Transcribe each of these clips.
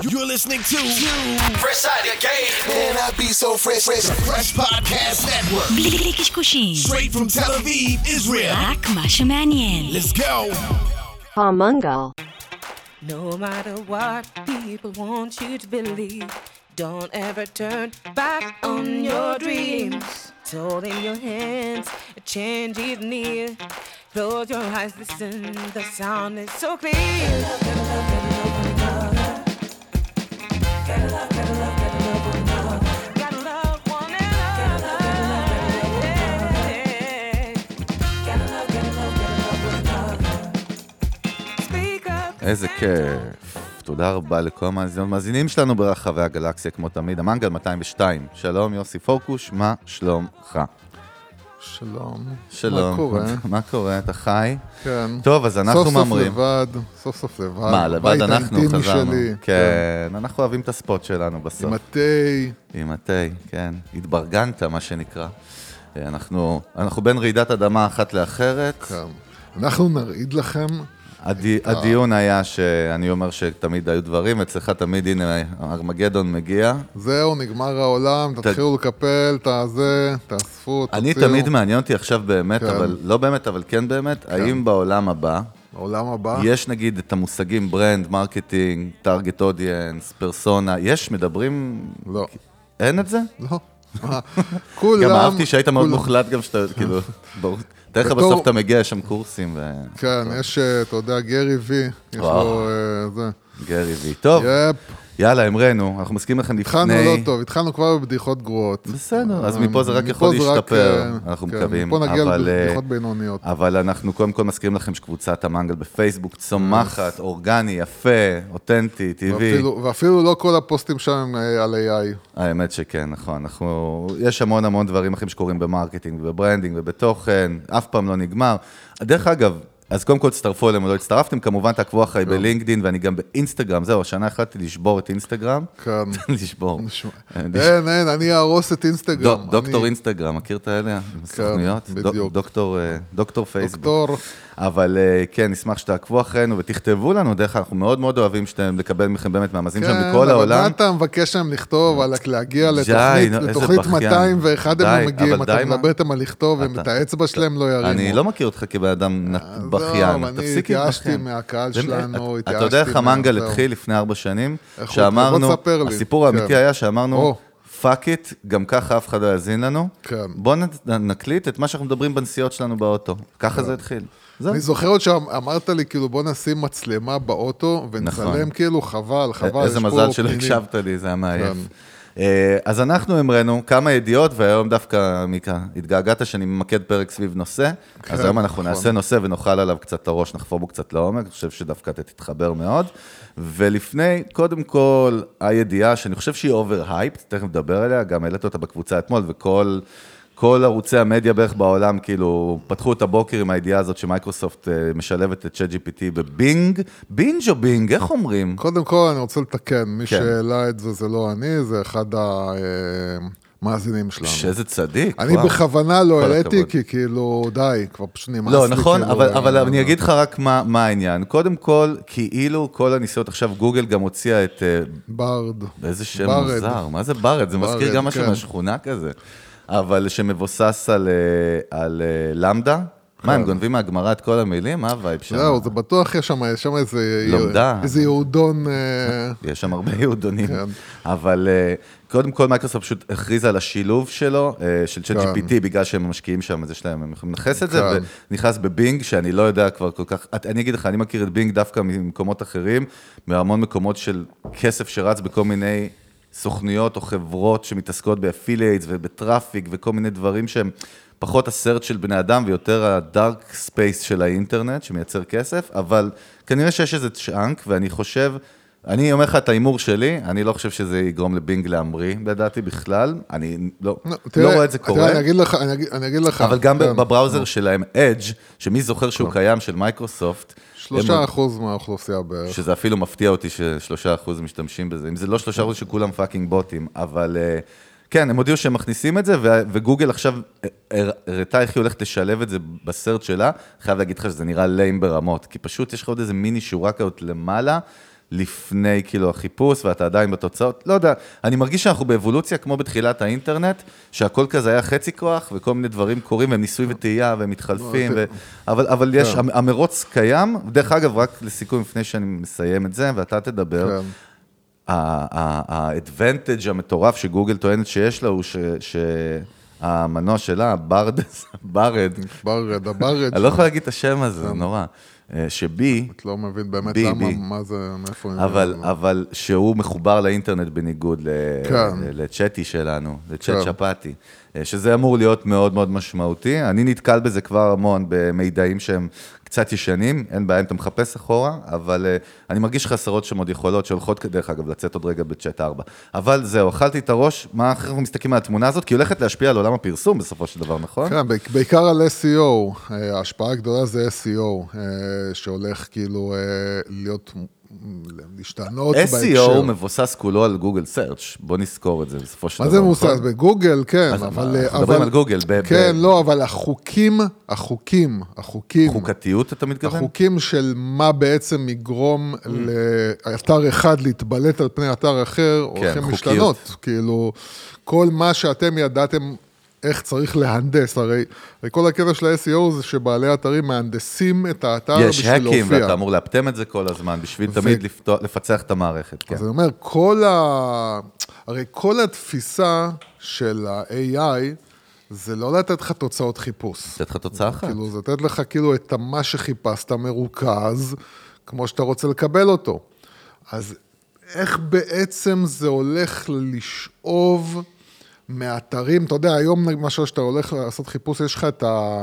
You're listening to Fresh Out of Game. Man, I be so fresh. Fresh Podcast Network. בלי קשקושים. Straight from Tel Aviv, Israel. רק מה שמעניין. Let's go. Palmungal. No matter what people want you to believe, don't ever turn back on your dreams. It's all in your hands, a change is near. Close your eyes, listen, the sound is so clear. Gotta love, gotta love one another. Gotta love, gotta love, gotta love one another. Gotta love one another. Gotta love, gotta love, gotta love one another. Speak up. איזה כיף. תודה רבה לכל המאזינים שלנו ברחבי הגלקסיה, כמו תמיד. המנגל 202. שלום יוסי פורקוש, מה שלומך? שלום. שלום. מה קורה? מה קורה? אתה חי? כן. טוב, אז אנחנו ממרים. סוף סוף לבד. מה, לבד אנחנו בית האינטימי חזרנו. שלי. כן, אנחנו אוהבים את הספוט שלנו בסוף. עם התה. עם התה, כן. התברגנת, מה שנקרא. אנחנו בין רעידת אדמה אחת לאחרת. כן. אנחנו נרעיד לכם. הדיון היה שאני אומר שתמיד היו דברים, אצלך תמיד, הנה, ארמגדון מגיע. זהו, נגמר העולם, תתחילו לקפל, תאספו, תוציאו. אני תמיד מעניין אותי עכשיו באמת, כן. אבל לא באמת, אבל כן באמת, האם בעולם הבא, העולם הבא? יש נגיד את המושגים ברנד, מרקטינג, טארגט אודיאנס, פרסונה, יש, מדברים? לא. אין את זה? לא. כולם... גם אהבתי שהיית מאוד מוחלט גם שאתה, כאילו, ברור. תראה לך בסוף אתה מגיע, יש שם קורסים. כן, יש, אתה יודע, גרי וי, יש לו זה. גרי וי. טוב, יאללה, אמרנו, אנחנו מסכים לכם לפני... התחלנו לא טוב, התחלנו כבר בבדיחות גרועות. בסדר, אז מפה זה רק יכול להשתפר, אנחנו מקווים. מפה נגיע לבדיחות בינוניות. אבל אנחנו קודם כל מזכירים לכם שקבוצת המנגל בפייסבוק צומחת, אורגני, יפה, אותנטי, טבעי. ואפילו לא כל הפוסטים שם הם על AI. האמת שכן, נכון. יש המון דברים אחרים שקורים במרקטינג ובברנדינג ובתוכן, אף פעם לא נגמר. דרך אגב, אז קודם כל תצטרפו אליהם, לא הצטרפתם, כמובן תעקבו אחרי בלינקדין, ואני גם באינסטגרם, זהו, השנה החלטתי לשבור את אינסטגרם. כן. לשבור. אין, אני אערוס את אינסטגרם. דוקטור אינסטגרם, מכיר את האלה? כן, בדיוק. דוקטור פייסבוק. דוקטור. אבל כן, נשמח שתעקבו אחרינו ותכתבו לנו, דרך אנחנו מאוד מאוד אוהבים לקבל מכם באמת מהמאזינים שם מכל העולם. כן, אבל אתה מבקש להם לכתוב, להגיע לתוכנית 201 הם לא מגיעים, אתה מדבר איתם על לכתוב, את האצבע שלהם לא ירימו. אני לא מכיר אותך כבן אדם בכיין, אני התייאשתי מהקהל שלנו, אתה יודע איך המנגל התחיל לפני 4 שנים, שאמרנו, הסיפור האמיתי היה שאמרנו, פאק איט, גם ככה אף אחד לא יזין לנו, בוא נקליט את מה שאנחנו מדברים בנסיעות שלנו באוטו, ככה זה התחיל. אני זוכר עוד שאמרת לי, כאילו, בוא נשים מצלמה באוטו, ונצלם כאילו חבל. איזה מזל שלא הקשבת לי, זה היה מעייף. אז אנחנו אמרנו כמה ידיעות, והיום דווקא, מיקה, התגעגעת שאני ממקד פרק סביב נושא, אז היום אנחנו נעשה נושא ונאכל עליו קצת את הראש, נחפור בו קצת לעומק, אני חושב שדווקא אתה תתחבר מאוד. ולפני, קודם כל, הידיעה שאני חושב שהיא אובר-הייפ, תכף נדבר עליה, גם העלית אותה בקבוצה אתמול, כל ערוצי המדיה בערך בעולם, כאילו, פתחו את הבוקר עם הידיעה הזאת שמייקרוסופט משלבת את ChatGPT בבינג, בינג' או בינג, איך אומרים? קודם כל, אני רוצה לתקן, מי שאלה את זה, זה לא אני, זה אחד המאזינים שלנו. שזה צדיק. אני בכוונה לא העליתי, כי כאילו, די, כבר פשוט נמאס לי. לא, נכון, אבל אני אגיד לך רק מה העניין. קודם כל, כאילו כל הניסיונות, עכשיו גוגל גם הוציאה את... ברד. באיזה שם מוזר, מה זה ברד? זה מזכיר גם משהו מהשכונה כזה. אבל שמבוסס על למדה, מה, הם גונבים מהגמרא את כל המילים? מה הווייב שם? זהו, זה בטוח יש שם איזה יהודון... יש שם הרבה יהודונים. אבל קודם כל מייקרוסופט פשוט הכריזה על השילוב שלו, של ChatGPT, בגלל שהם משקיעים שם, אז יש להם, הם יכולים לנחס את זה, ונכנס בבינג, שאני לא יודע כבר כל כך, אני אגיד לך, אני מכיר את בינג דווקא ממקומות אחרים, מהמון מקומות של כסף שרץ בכל מיני... סוכניות או חברות שמתעסקות באפילייטס ובטראפיק וכל מיני דברים שהם פחות הסרט של בני אדם ויותר הדארק ספייס של האינטרנט שמייצר כסף, אבל כנראה שיש איזה צ'אנק ואני חושב, אני אומר לך את האימור שלי, אני לא חושב שזה יגרום לבינג להמריא, לדעתי בכלל, אני לא רואה את זה קורה. אני אגיד לך. אבל גם בבראוזר שלהם, Edge, שמי זוכר שהוא קיים של מייקרוסופט, 3% מהאוכלוסייה בערך. שזה אפילו מפתיע אותי ש3% משתמשים בזה. אם זה לא 3% שכולם פאקינג בוטים, אבל כן, הם הודיעו שהם מכניסים את זה, וגוגל עכשיו הראתה איך היא הולכת לשלב את זה בסרט שלה, חייב להגיד לך שזה נראה ליים ברמות, כי פשוט יש לך עוד איזה מיני שורה כאות למעלה, לפני כאילו החיפוש, ואתה עדיין בתוצאות, לא יודע, אני מרגיש שאנחנו באבולוציה כמו בתחילת האינטרנט, שהכל כזה היה חצי כוח, וכל מיני דברים קורים, והם ניסוי וטעייה, והם מתחלפים, אבל יש, המרוץ קיים, דרך אגב, רק לסיכום לפני שאני מסיים את זה, ואתה תדבר, האדוונטג' המטורף שגוגל טוענת שיש לה, הוא שהמנוע שלה, ברד, אני לא יכול להגיד את השם הזה, נורא. שבי, את לא מבין באמת למה, מה זה, מאיפה... אבל שהוא מחובר לאינטרנט בניגוד לצ'אטי שלנו, לצ'אט שפאטי, שזה אמור להיות מאוד מאוד משמעותי. אני נתקל בזה כבר המון במידעים שהם קצת ישנים, אין בעיה אם אתה מחפש אחורה, אבל אני מרגיש חסרות שם עוד יכולות שהולכות דרך אגב לצאת עוד רגע בצ'אט 4. אבל זהו, אכלתי את הראש, מה אחרי אנחנו מסתכלים על התמונה הזאת? כי הולכת להשפיע על עולם הפרסום בסופו של דבר, נכון? כן, בעיקר על SEO, ההשפעה הגדולה זה SEO, שהולך כאילו להיות... להשתנות בהקשר. SEO מבוסס כולו על גוגל סרצ', בוא נזכור את זה בסופו של דבר. מה זה מבוסס? בגוגל, כן. אנחנו מדברים על גוגל. כן, לא, אבל החוקים, חוקתיות אתה מתכוון? החוקים של מה בעצם יגרום לאתר אחד להתבלט על פני אתר אחר, הולכים משתנות. כאילו, כל מה שאתם ידעתם, איך צריך להנדס, הרי כל הקטע של ה-SEO זה שבעלי אתרים מהנדסים את האתר בשביל להופיע. יש האקים, ואתה אמור לאפטם את זה כל הזמן, בשביל תמיד לפצח את המערכת. אז אני אומר, הרי כל התפיסה של ה-AI, זה לא לתת לך תוצאות חיפוש. לתת לך תוצאה אחת. כאילו, זה לתת לך כאילו את מה שחיפשת מרוכז, כמו שאתה רוצה לקבל אותו. אז איך בעצם זה הולך לשאוב מאתרים, אתה יודע, היום למשל שאתה הולך לעשות חיפוש, יש לך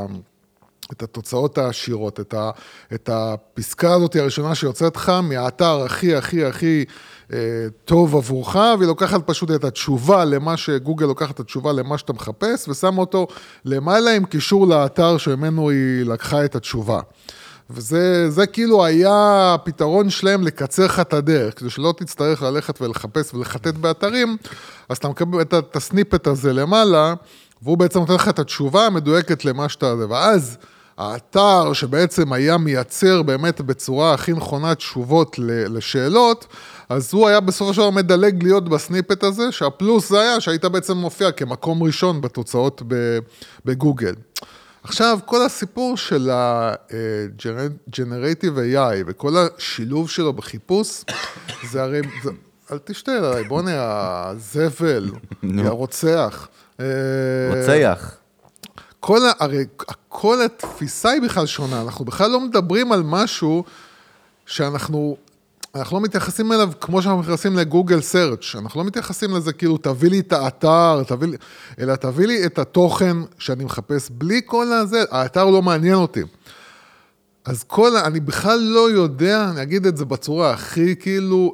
את התוצאות העשירות, את הפסקה הזאת הראשונה שיוצאת לך מהאתר הכי טוב עבורך, והיא לוקחת פשוט את התשובה למה שגוגל לוקחת את התשובה למה שאתה מחפש, ושם אותו למעלה עם קישור לאתר שממנו היא לקחה את התשובה. וזה כאילו היה הפתרון שלהם לקצר לך את הדרך, כדי שלא תצטרך ללכת ולחפש ולחטט באתרים, אז אתה מקבל את הסניפט הזה למעלה, והוא בעצם נותן לך את התשובה המדויקת למה שאתה... ואז האתר שבעצם היה מייצר באמת בצורה הכי נכונה תשובות לשאלות, אז הוא היה בסופו של דבר מדלג להיות בסניפט הזה, שהפלוס זה היה שהיית בעצם מופיע כמקום ראשון בתוצאות בגוגל. עכשיו, כל הסיפור של ה-Generative AI וכל השילוב שלו בחיפוש, זה הרי, אל תשתה עליי, בוא נהיה, הזבל, הרוצח. רוצח. הרי כל התפיסה היא בכלל שונה, אנחנו בכלל לא מדברים על משהו שאנחנו לא מתייחסים אליו כמו שאנחנו מתייחסים לגוגל סרצ', אנחנו לא מתייחסים לזה כאילו תביא לי את האתר, אלא תביא לי את התוכן שאני מחפש, בלי כל הזה, האתר לא מעניין אותי. אז אני בכלל לא יודע, אני אגיד את זה בצורה הכי כאילו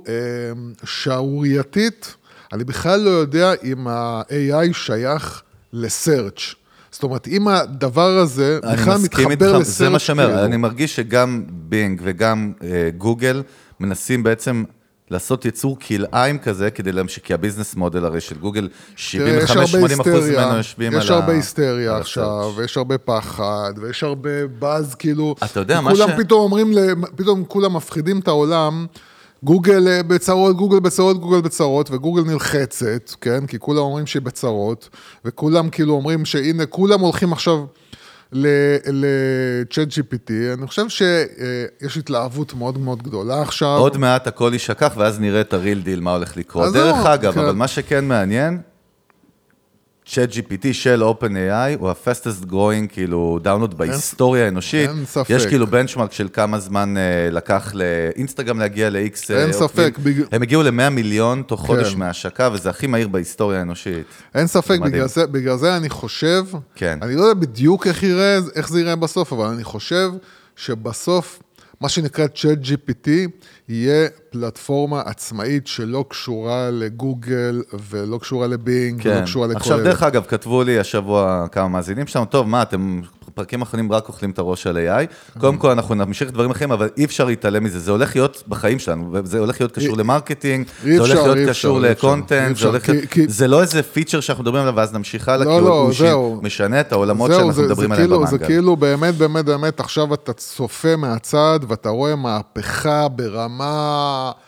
שערורייתית, אני בכלל לא יודע אם ה-AI שייך לסרצ'. זאת אומרת, אם הדבר הזה בכלל מתחבר לסרצ'. זה מה שאומר, אני מרגיש שגם בינג וגם גוגל מנסים בעצם לעשות יצור כלאיים כזה, כדי להמשיך, כי הביזנס מודל הרי של גוגל, 75-80% ממנו יושבים על ה... יש הרבה היסטריה עכשיו, ויש הרבה פחד, ויש הרבה באז, כאילו... אתה יודע, כולם פתאום אומרים, פתאום כולם מפחידים את העולם, גוגל בצרות, גוגל בצרות, וגוגל נלחצת, כן? כי כולם אומרים שהיא בצרות, וכולם כאילו אומרים שהנה, כולם הולכים עכשיו ל-Chat GPT. אני חושב שיש התלהבות מאוד מאוד גדולה עכשיו. עוד מעט הכל יישכח, ואז נראה את הריל דיל, מה הולך לקרות. דרך אגב, אבל מה שכן מעניין, Chat GPT של OpenAI הוא ה-fastest growing, כאילו, דאונלוד בהיסטוריה האנושית. אין ספק. יש כאילו בנצ'מרק של כמה זמן לקח לאינסטגרם להגיע ל-X. אין ספק. הם הגיעו ל-100 מיליון תוך חודש מההשקה, וזה הכי מהיר בהיסטוריה האנושית. אין ספק, בגלל זה אני חושב, אני לא יודע בדיוק איך זה ייראה בסוף, אבל אני חושב שבסוף, מה שנקרא Chat GPT, יהיה פלטפורמה עצמאית שלא קשורה לגוגל, ולא קשורה לבינג, ולא קשורה לכל... עכשיו, דרך אגב, כתבו לי השבוע כמה מאזינים שלנו, טוב, מה, אתם פרקים אחרונים רק אוכלים את הראש על AI, קודם כל אנחנו נמשיך דברים אחרים, אבל אי אפשר להתעלם מזה, זה הולך להיות בחיים שלנו, וזה הולך להיות קשור למרקטינג, זה הולך להיות קשור לקונטנט, זה לא איזה פיצ'ר שאנחנו מדברים עליו, ואז נמשיך הלאה, כי הוא משנה את העולמות שאנחנו מדברים עליהם במנגל. זה כאילו באמת, עכשיו אתה צופה מהצד, ואתה רואה מהפכה ברמה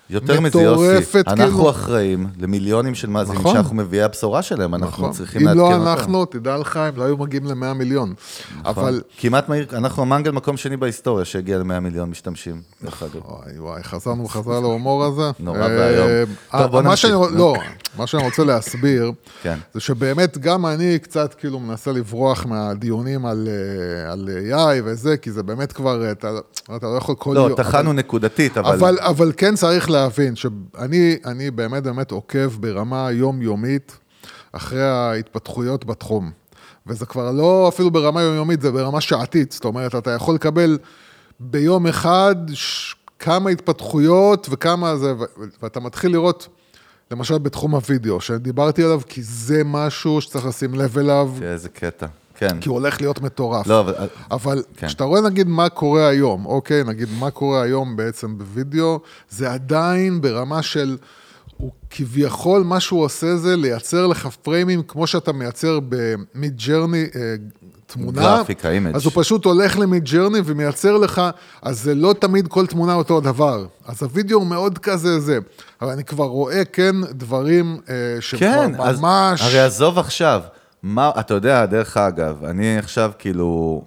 יותר מזה, יוסי, אנחנו אחראים למיליונים של מאזינים שאנחנו מביאי הבשורה שלהם, אנחנו צריכים לעדכן אותם. אם לא אנחנו, תדע לך, הם לא היו מגיעים ל100 מיליון. אבל... כמעט מהיר, אנחנו המנגל מקום שני בהיסטוריה שהגיע ל100 מיליון משתמשים. וואי, חזרנו להומור הזה. נורא והיום. טוב, בוא נמשיך. לא, מה שאני רוצה להסביר, זה שבאמת גם אני קצת כאילו מנסה לברוח מהדיונים על AI וזה, כי זה באמת כבר, אתה לא יכול כל יום. לא, תחנו נקודתית, אבל כן צריך להבין שאני באמת עוקב ברמה יומיומית אחרי ההתפתחויות בתחום. וזה כבר לא אפילו ברמה יומיומית, זה ברמה שעתית. זאת אומרת, אתה יכול לקבל ביום אחד כמה התפתחויות וכמה זה, ואתה מתחיל לראות, למשל בתחום הוידאו, שדיברתי עליו, כי זה משהו שצריך לשים לב אליו. איזה קטע. כן. כי הוא הולך להיות מטורף. לא, אבל כשאתה רואה נגיד מה קורה היום, אוקיי, נגיד מה קורה היום בעצם בווידאו, זה עדיין ברמה של, הוא כביכול מה שהוא עושה זה לייצר לך פריימים, כמו שאתה מייצר במיד ג'רני תמונה, גרפיקה, אימג'. אז הוא פשוט הולך למיד ג'רני ומייצר לך, אז זה לא תמיד כל תמונה אותו הדבר. אז הווידאו הוא מאוד כזה זה. אבל אני כבר רואה כן דברים שכבר ממש... הרי עזוב עכשיו. אתה יודע, דרך אגב, אני עכשיו כאילו,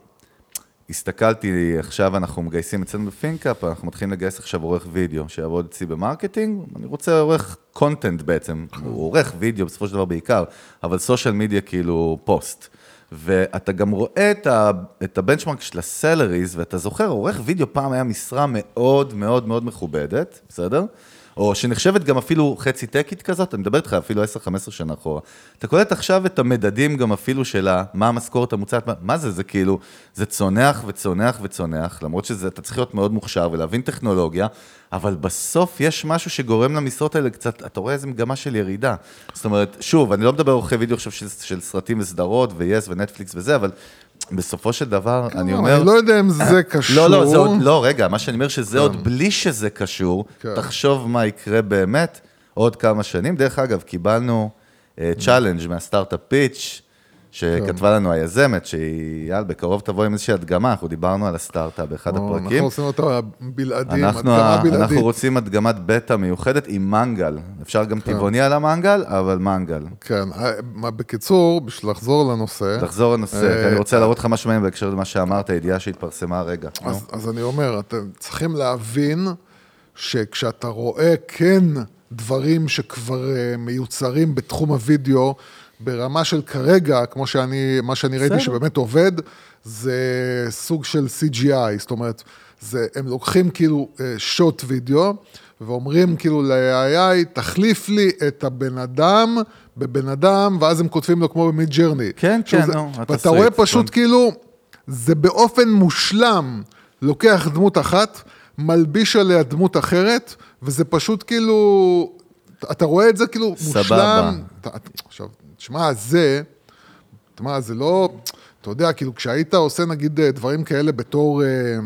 הסתכלתי, עכשיו אנחנו מגייסים אצלנו בפינקאפ, אנחנו מתחילים לגייס עכשיו עורך וידאו, שיעבוד אצלי במרקטינג, אני רוצה עורך קונטנט בעצם, הוא עורך וידאו בסופו של דבר בעיקר, אבל סושיאל מדיה כאילו פוסט. ואתה גם רואה את הבנצ'מרק של הסלריז, ואתה זוכר, עורך וידאו פעם היה משרה מאוד מאוד מאוד מכובדת, בסדר? או שנחשבת גם אפילו חצי טקית כזאת, אני מדבר איתך אפילו 10-15 שנה אחורה. אתה קולט עכשיו את המדדים גם אפילו שלה, מה המשכורת המוצעת, מה זה? זה כאילו, זה צונח וצונח וצונח, למרות שאתה צריך להיות מאוד מוכשר ולהבין טכנולוגיה, אבל בסוף יש משהו שגורם למשרות האלה קצת, אתה רואה איזה מגמה של ירידה. זאת אומרת, שוב, אני לא מדבר עורכי וידאו עכשיו של סרטים וסדרות ויס ונטפליקס וזה, אבל בסופו של דבר, אני אומר... אני לא יודע אם זה קשור. לא, רגע, מה שאני אומר שזה עוד בלי שזה קשור, תחשוב מה יקרה באמת עוד כמה שנים. דרך אגב, קיבלנו צ'אלנג' מהסטארט-אפ פיץ', שכתבה לנו היזמת, שהיא, בקרוב תבוא עם איזושהי הדגמה, אנחנו דיברנו על הסטארט-אפ באחד הפרקים. אנחנו עושים אותה בלעדים, הדגמה בלעדית. אנחנו רוצים הדגמת בטא מיוחדת עם מנגל. אפשר גם טבעוני על המנגל, אבל מנגל. כן, בקיצור, בשביל לחזור לנושא. לחזור לנושא, אני רוצה להראות לך משהו מהם בהקשר למה שאמרת, הידיעה שהתפרסמה הרגע. אז אני אומר, אתם צריכים להבין שכשאתה רואה כן דברים שכבר מיוצרים בתחום הוידאו, ברמה של כרגע, כמו מה שאני ראיתי שבאמת עובד, זה סוג של CGI, זאת אומרת, הם לוקחים כאילו שוט וידאו, ואומרים כאילו ל-AI, תחליף לי את הבן אדם בבן אדם, ואז הם כותבים לו כמו במיד ג'רני. כן, כן, ואתה רואה פשוט כאילו, זה באופן מושלם, לוקח דמות אחת, מלביש עליה דמות אחרת, וזה פשוט כאילו, אתה רואה את זה כאילו מושלם. עכשיו, תשמע, זה לא, אתה יודע, כאילו, כשהיית עושה, נגיד, דברים כאלה בתור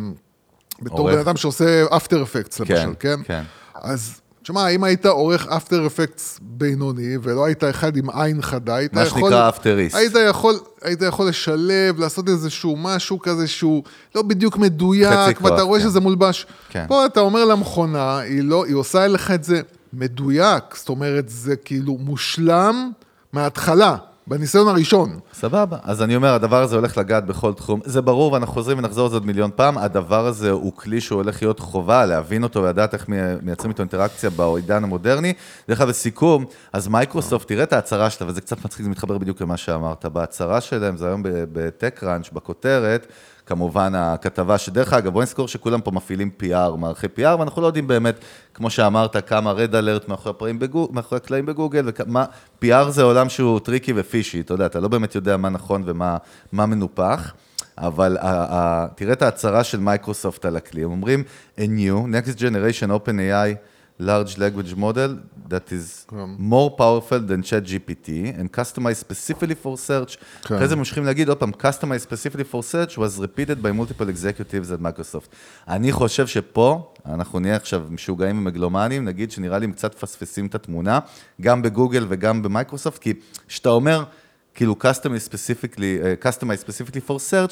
בן אדם שעושה After Effects, למשל, כן? כן. אז, תשמע, אם היית עורך After Effects בינוני, ולא היית אחד עם עין חדה, מה שנקרא Afterist. היית יכול לשלב, לעשות איזשהו משהו כזה שהוא לא בדיוק מדויק, ואתה רואה שזה מולבש. פה אתה אומר למכונה, היא עושה לך את זה מדויק, זאת אומרת, זה כאילו מושלם מההתחלה. בניסיון הראשון. סבבה. אז אני אומר, הדבר הזה הולך לגעת בכל תחום. זה ברור, ואנחנו חוזרים ונחזור את זה עוד מיליון פעם. הדבר הזה הוא כלי שהוא הולך להיות חובה, להבין אותו ולדעת איך מייצרים איתו אינטראקציה בעידן המודרני. דרך אגב, בסיכום, אז מייקרוסופט, תראה את ההצהרה שלה, וזה קצת מצחיק, זה מתחבר בדיוק למה שאמרת. בהצהרה שלהם, זה היום בטק-ראנץ', בכותרת, כמובן הכתבה שדרך אגב, בוא נזכור שכולם פה מפעילים PR, מערכי PR, ואנחנו לא יודעים באמת, כמו שאמרת, כמה רד אלרט מאחורי הקלעים בגוגל, PR זה עולם שהוא טריקי ופישי, אתה יודע, אתה לא באמת יודע מה נכון ומה מנופח, אבל תראה את ההצהרה של מייקרוסופט על הכלי, הם אומרים, a new, next generation open AI, large language model that is more powerful than ChatGPT and customized specifically for search. אחרי זה ממשיכים להגיד, עוד פעם, customized specifically for search was repeated by multiple executives at Microsoft. אני חושב שפה, אנחנו נהיה עכשיו משוגעים ומגלומנים, נגיד שנראה לי קצת פספסים את התמונה, גם בגוגל וגם במייקרוסופט, כי שאתה אומר, כאילו customized specifically for search,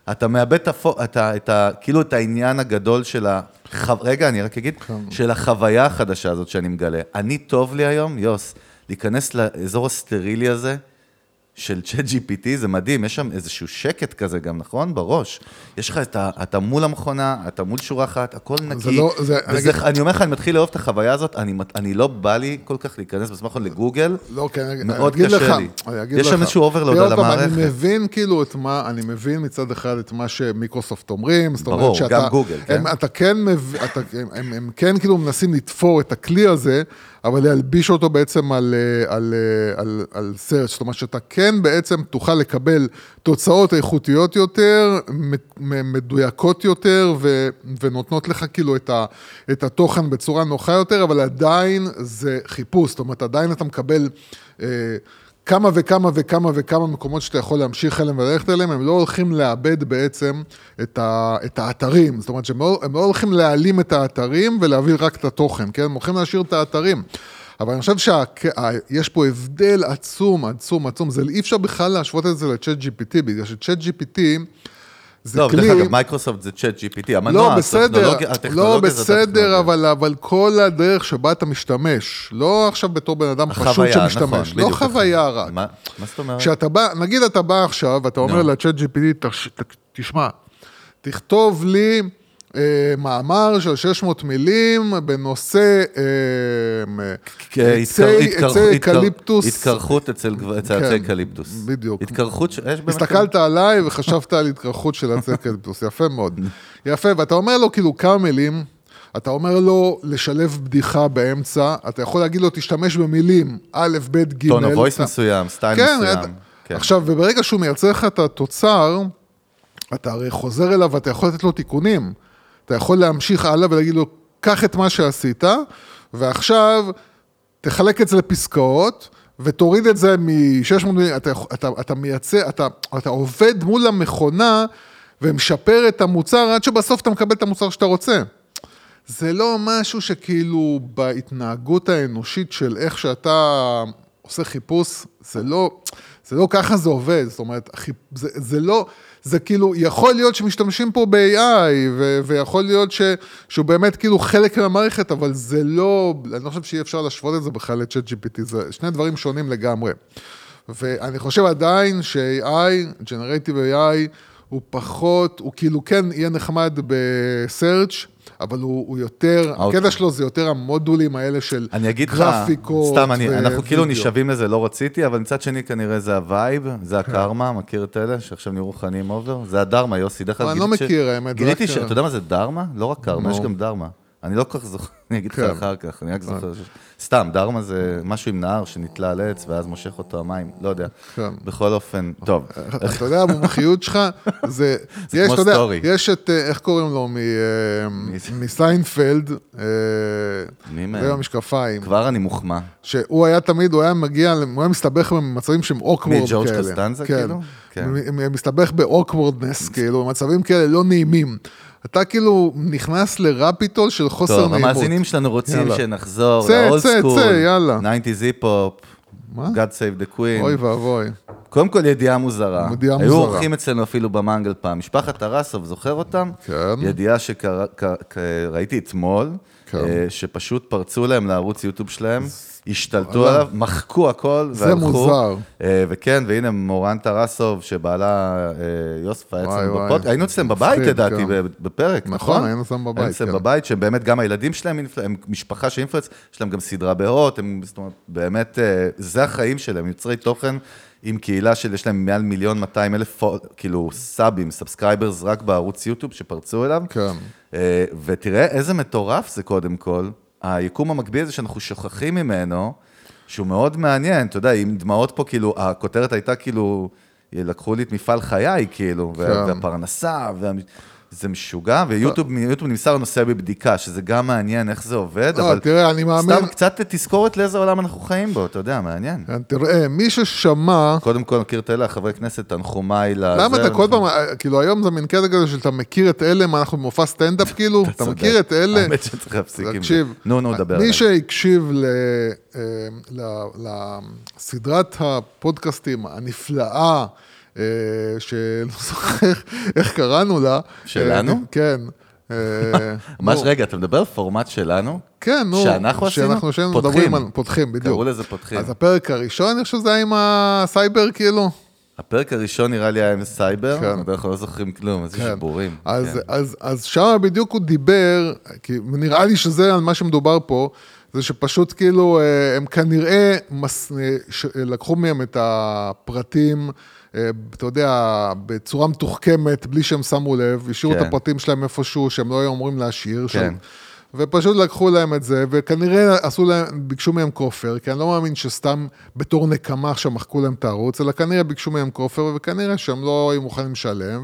אתה מאבד כאילו את העניין הגדול של רגע, אני רק אגיד, של החוויה החדשה הזאת שאני מגלה. אני טוב לי היום, יוס, להיכנס לאזור הסטרילי הזה, של ChatGPT, זה מדהים, יש שם איזשהו שקט כזה גם, נכון? בראש. יש לך אתה מול המכונה, אתה מול שורה אחת, הכל נקי. אני אומר לך, אני מתחיל לאהוב את החוויה הזאת, אני לא בא לי כל כך להיכנס בסמכון לגוגל, מאוד קשה לי. יש שם איזשהו אוברלוד על המערכת. אני מבין כאילו את מה, אני מבין מצד אחד את מה שמיקרוסופט אומרים, ברור, גם גוגל, כן? הם כן כאילו מנסים לתפור את הכלי הזה, אבל להלביש אותו בעצם על סרט, זאת אומרת שאתה כן בעצם תוכל לקבל תוצאות איכותיות יותר, מדויקות יותר, ונותנות לך כאילו את התוכן בצורה נוחה יותר, אבל עדיין זה חיפוש, זאת אומרת עדיין אתה מקבל כמה וכמה וכמה וכמה מקומות שאתה יכול להמשיך אליהם וללכת אליהם, הם לא הולכים לאבד בעצם את האתרים, זאת אומרת שהם לא הולכים להעלים את האתרים ולהביא רק את התוכן, כן? הם הולכים להשאיר את האתרים. אבל אני חושב שיש פה הבדל עצום, עצום, עצום, זה אי אפשר בכלל להשוות את זה ל-ChatGPT, בגלל ש-ChatGPT זה כלי... דרך אגב, מייקרוסופט זה ChatGPT, המנוע, לא בסדר, אבל כל הדרך שבה אתה משתמש, לא עכשיו בתור בן אדם פשוט שמשתמש, לא חוויה רק. מה זאת אומרת? כשאתה בא, נגיד אתה בא עכשיו, ואתה אומר ל-ChatGPT, תשמע, תכתוב לי מאמר של 600 מילים בנושא עצי אקליפטוס. התקרחות אצל עצי אקליפטוס. בדיוק. התקרחות, הסתכלת עליי וחשבת על התקרחות של עצי אקליפטוס, יפה מאוד. יפה, ואתה אומר לו כאילו כמה מילים, אתה אומר לו לשלב בדיחה באמצע, אתה יכול להגיד לו תשתמש במילים, א', ב', ג', טון הוויס מסוים, סטייל מסוים. עכשיו, וברגע שהוא מייצר לך את התוצר, אתה הרי חוזר אליו ואתה יכול לתת לו תיקונים. אתה יכול להמשיך הלאה ולהגיד לו, קח את מה שעשית, ועכשיו תחלק את זה לפסקאות, ותוריד את זה מ-600, אתה מייצא, אתה עובד מול המכונה, ומשפר את המוצר, עד שבסוף אתה מקבל את המוצר שאתה רוצה. זה לא משהו שכאילו בהתנהגות האנושית של איך שאתה עושה חיפוש, זה לא ככה זה עובד, זאת אומרת, זה לא... זה כאילו, יכול להיות שמשתמשים פה ב-AI, ויכול להיות שהוא באמת כאילו חלק מהמערכת, אבל זה לא, אני לא חושב שאי אפשר להשוות את זה בכלל ל-ChatGPT, זה שני דברים שונים לגמרי. ואני חושב עדיין ש-AI, Generative AI, הוא פחות, הוא כאילו כן יהיה נחמד ב-Search, אבל הוא יותר, הקטע שלו זה יותר המודולים האלה של גרפיקות. סתם, אנחנו כאילו נשאבים לזה, לא רציתי, אבל מצד שני כנראה זה הווייב, זה הקרמה, מכיר את אלה, שעכשיו נראו חניים אובר, זה הדרמה, יוסי, דרך כלל אני לא מכיר, האמת. גיליתי אתה יודע מה זה דרמה? לא רק קרמה, יש גם דרמה. אני לא כל כך זוכר, אני אגיד לך אחר כך, אני רק זוכר. סתם, דרמה זה משהו עם נהר שנתלה על עץ, ואז מושך אותו המים, לא יודע. בכל אופן, טוב. אתה יודע, המומחיות שלך, זה כמו סטורי. יש את, איך קוראים לו, מסיינפלד, זה המשקפיים. כבר אני מוחמא. שהוא היה תמיד, הוא היה מגיע, הוא היה מסתבך במצבים שהם אוקוורד כאלה. מג'ורג' קוסטנזה, כאילו? מסתבך באוקוורדנס, כאילו, במצבים כאלה לא נעימים. אתה כאילו נכנס לרפיטול של חוסר נעימות. טוב, המאזינים שלנו רוצים שנחזור לאולד סקול, 90's היפ-הופ, God Save the Queen. אוי ואבוי. קודם כל ידיעה מוזרה. היו אורחים אצלנו אפילו במנגל פעם. משפחת טרסוב, זוכר אותם? כן. ידיעה שראיתי אתמול, שפשוט פרצו להם לערוץ יוטיוב שלהם, השתלטו עליו, מחקו הכל, זה מוזר. וכן, והנה מורן טרסוב, שבעלה יוסף היינו אצלם בבית, לדעתי, בפרק, נכון? היינו אצלם בבית, היינו אצלם בבית, שהם באמת גם הילדים שלהם, הם משפחה שאינפלץ, יש להם גם סדרה בהוט, הם באמת, זה החיים שלהם, יוצרי תוכן, עם קהילה שיש להם מעל 1,200,000, כאילו, סאבים, סאבסקרייברס, רק בערוץ יוטיוב שפרצו אליו. כן. ותראה איזה מטורף זה קודם כל, היקום המקביל הזה שאנחנו שוכחים ממנו, שהוא מאוד מעניין, אתה יודע, עם דמעות פה, כאילו, הכותרת הייתה כאילו, לקחו לי את מפעל חיי, כאילו, והפרנסה, זה משוגע, ויוטיוב נמסר נושא בבדיקה, שזה גם מעניין איך זה עובד, אבל תראה, אני מאמין... סתם קצת תזכורת לאיזה עולם אנחנו חיים בו, אתה יודע, מעניין. תראה, מי ששמע... קודם כל, מכיר את אלה, חברי כנסת, תנחומי לזה... למה אתה כל פעם, כאילו היום זה מין קטע כזה שאתה מכיר את אלה, מה אנחנו במופע סטנדאפ, כאילו? אתה מכיר את אלה? האמת שצריך להפסיק עם זה. נו, דבר עליי. מי שהקשיב לסדרת הפודקאסטים הנפלאה, שלא זוכר איך קראנו לה. שלנו? כן. ממש רגע, אתה מדבר פורמט שלנו? כן, נו. שאנחנו עשינו? פותחים, בדיוק. קראו לזה פותחים. אז הפרק הראשון, אני חושב שזה היה עם הסייבר, כאילו. הפרק הראשון נראה לי היה עם סייבר, אבל אנחנו לא זוכרים כלום, איזה שיבורים. אז שם בדיוק הוא דיבר, כי נראה לי שזה על מה שמדובר פה, זה שפשוט כאילו, הם כנראה לקחו מהם את הפרטים, אתה יודע, בצורה מתוחכמת, בלי שהם שמו לב, השאירו את הפרטים שלהם איפשהו, שהם לא היו אמורים להשאיר, ופשוט לקחו להם את זה, וכנראה ביקשו מהם כופר, כי אני לא מאמין שסתם בתור נקמה עכשיו מחקו להם את הערוץ, אלא כנראה ביקשו מהם כופר, וכנראה שהם לא היו מוכנים לשלם,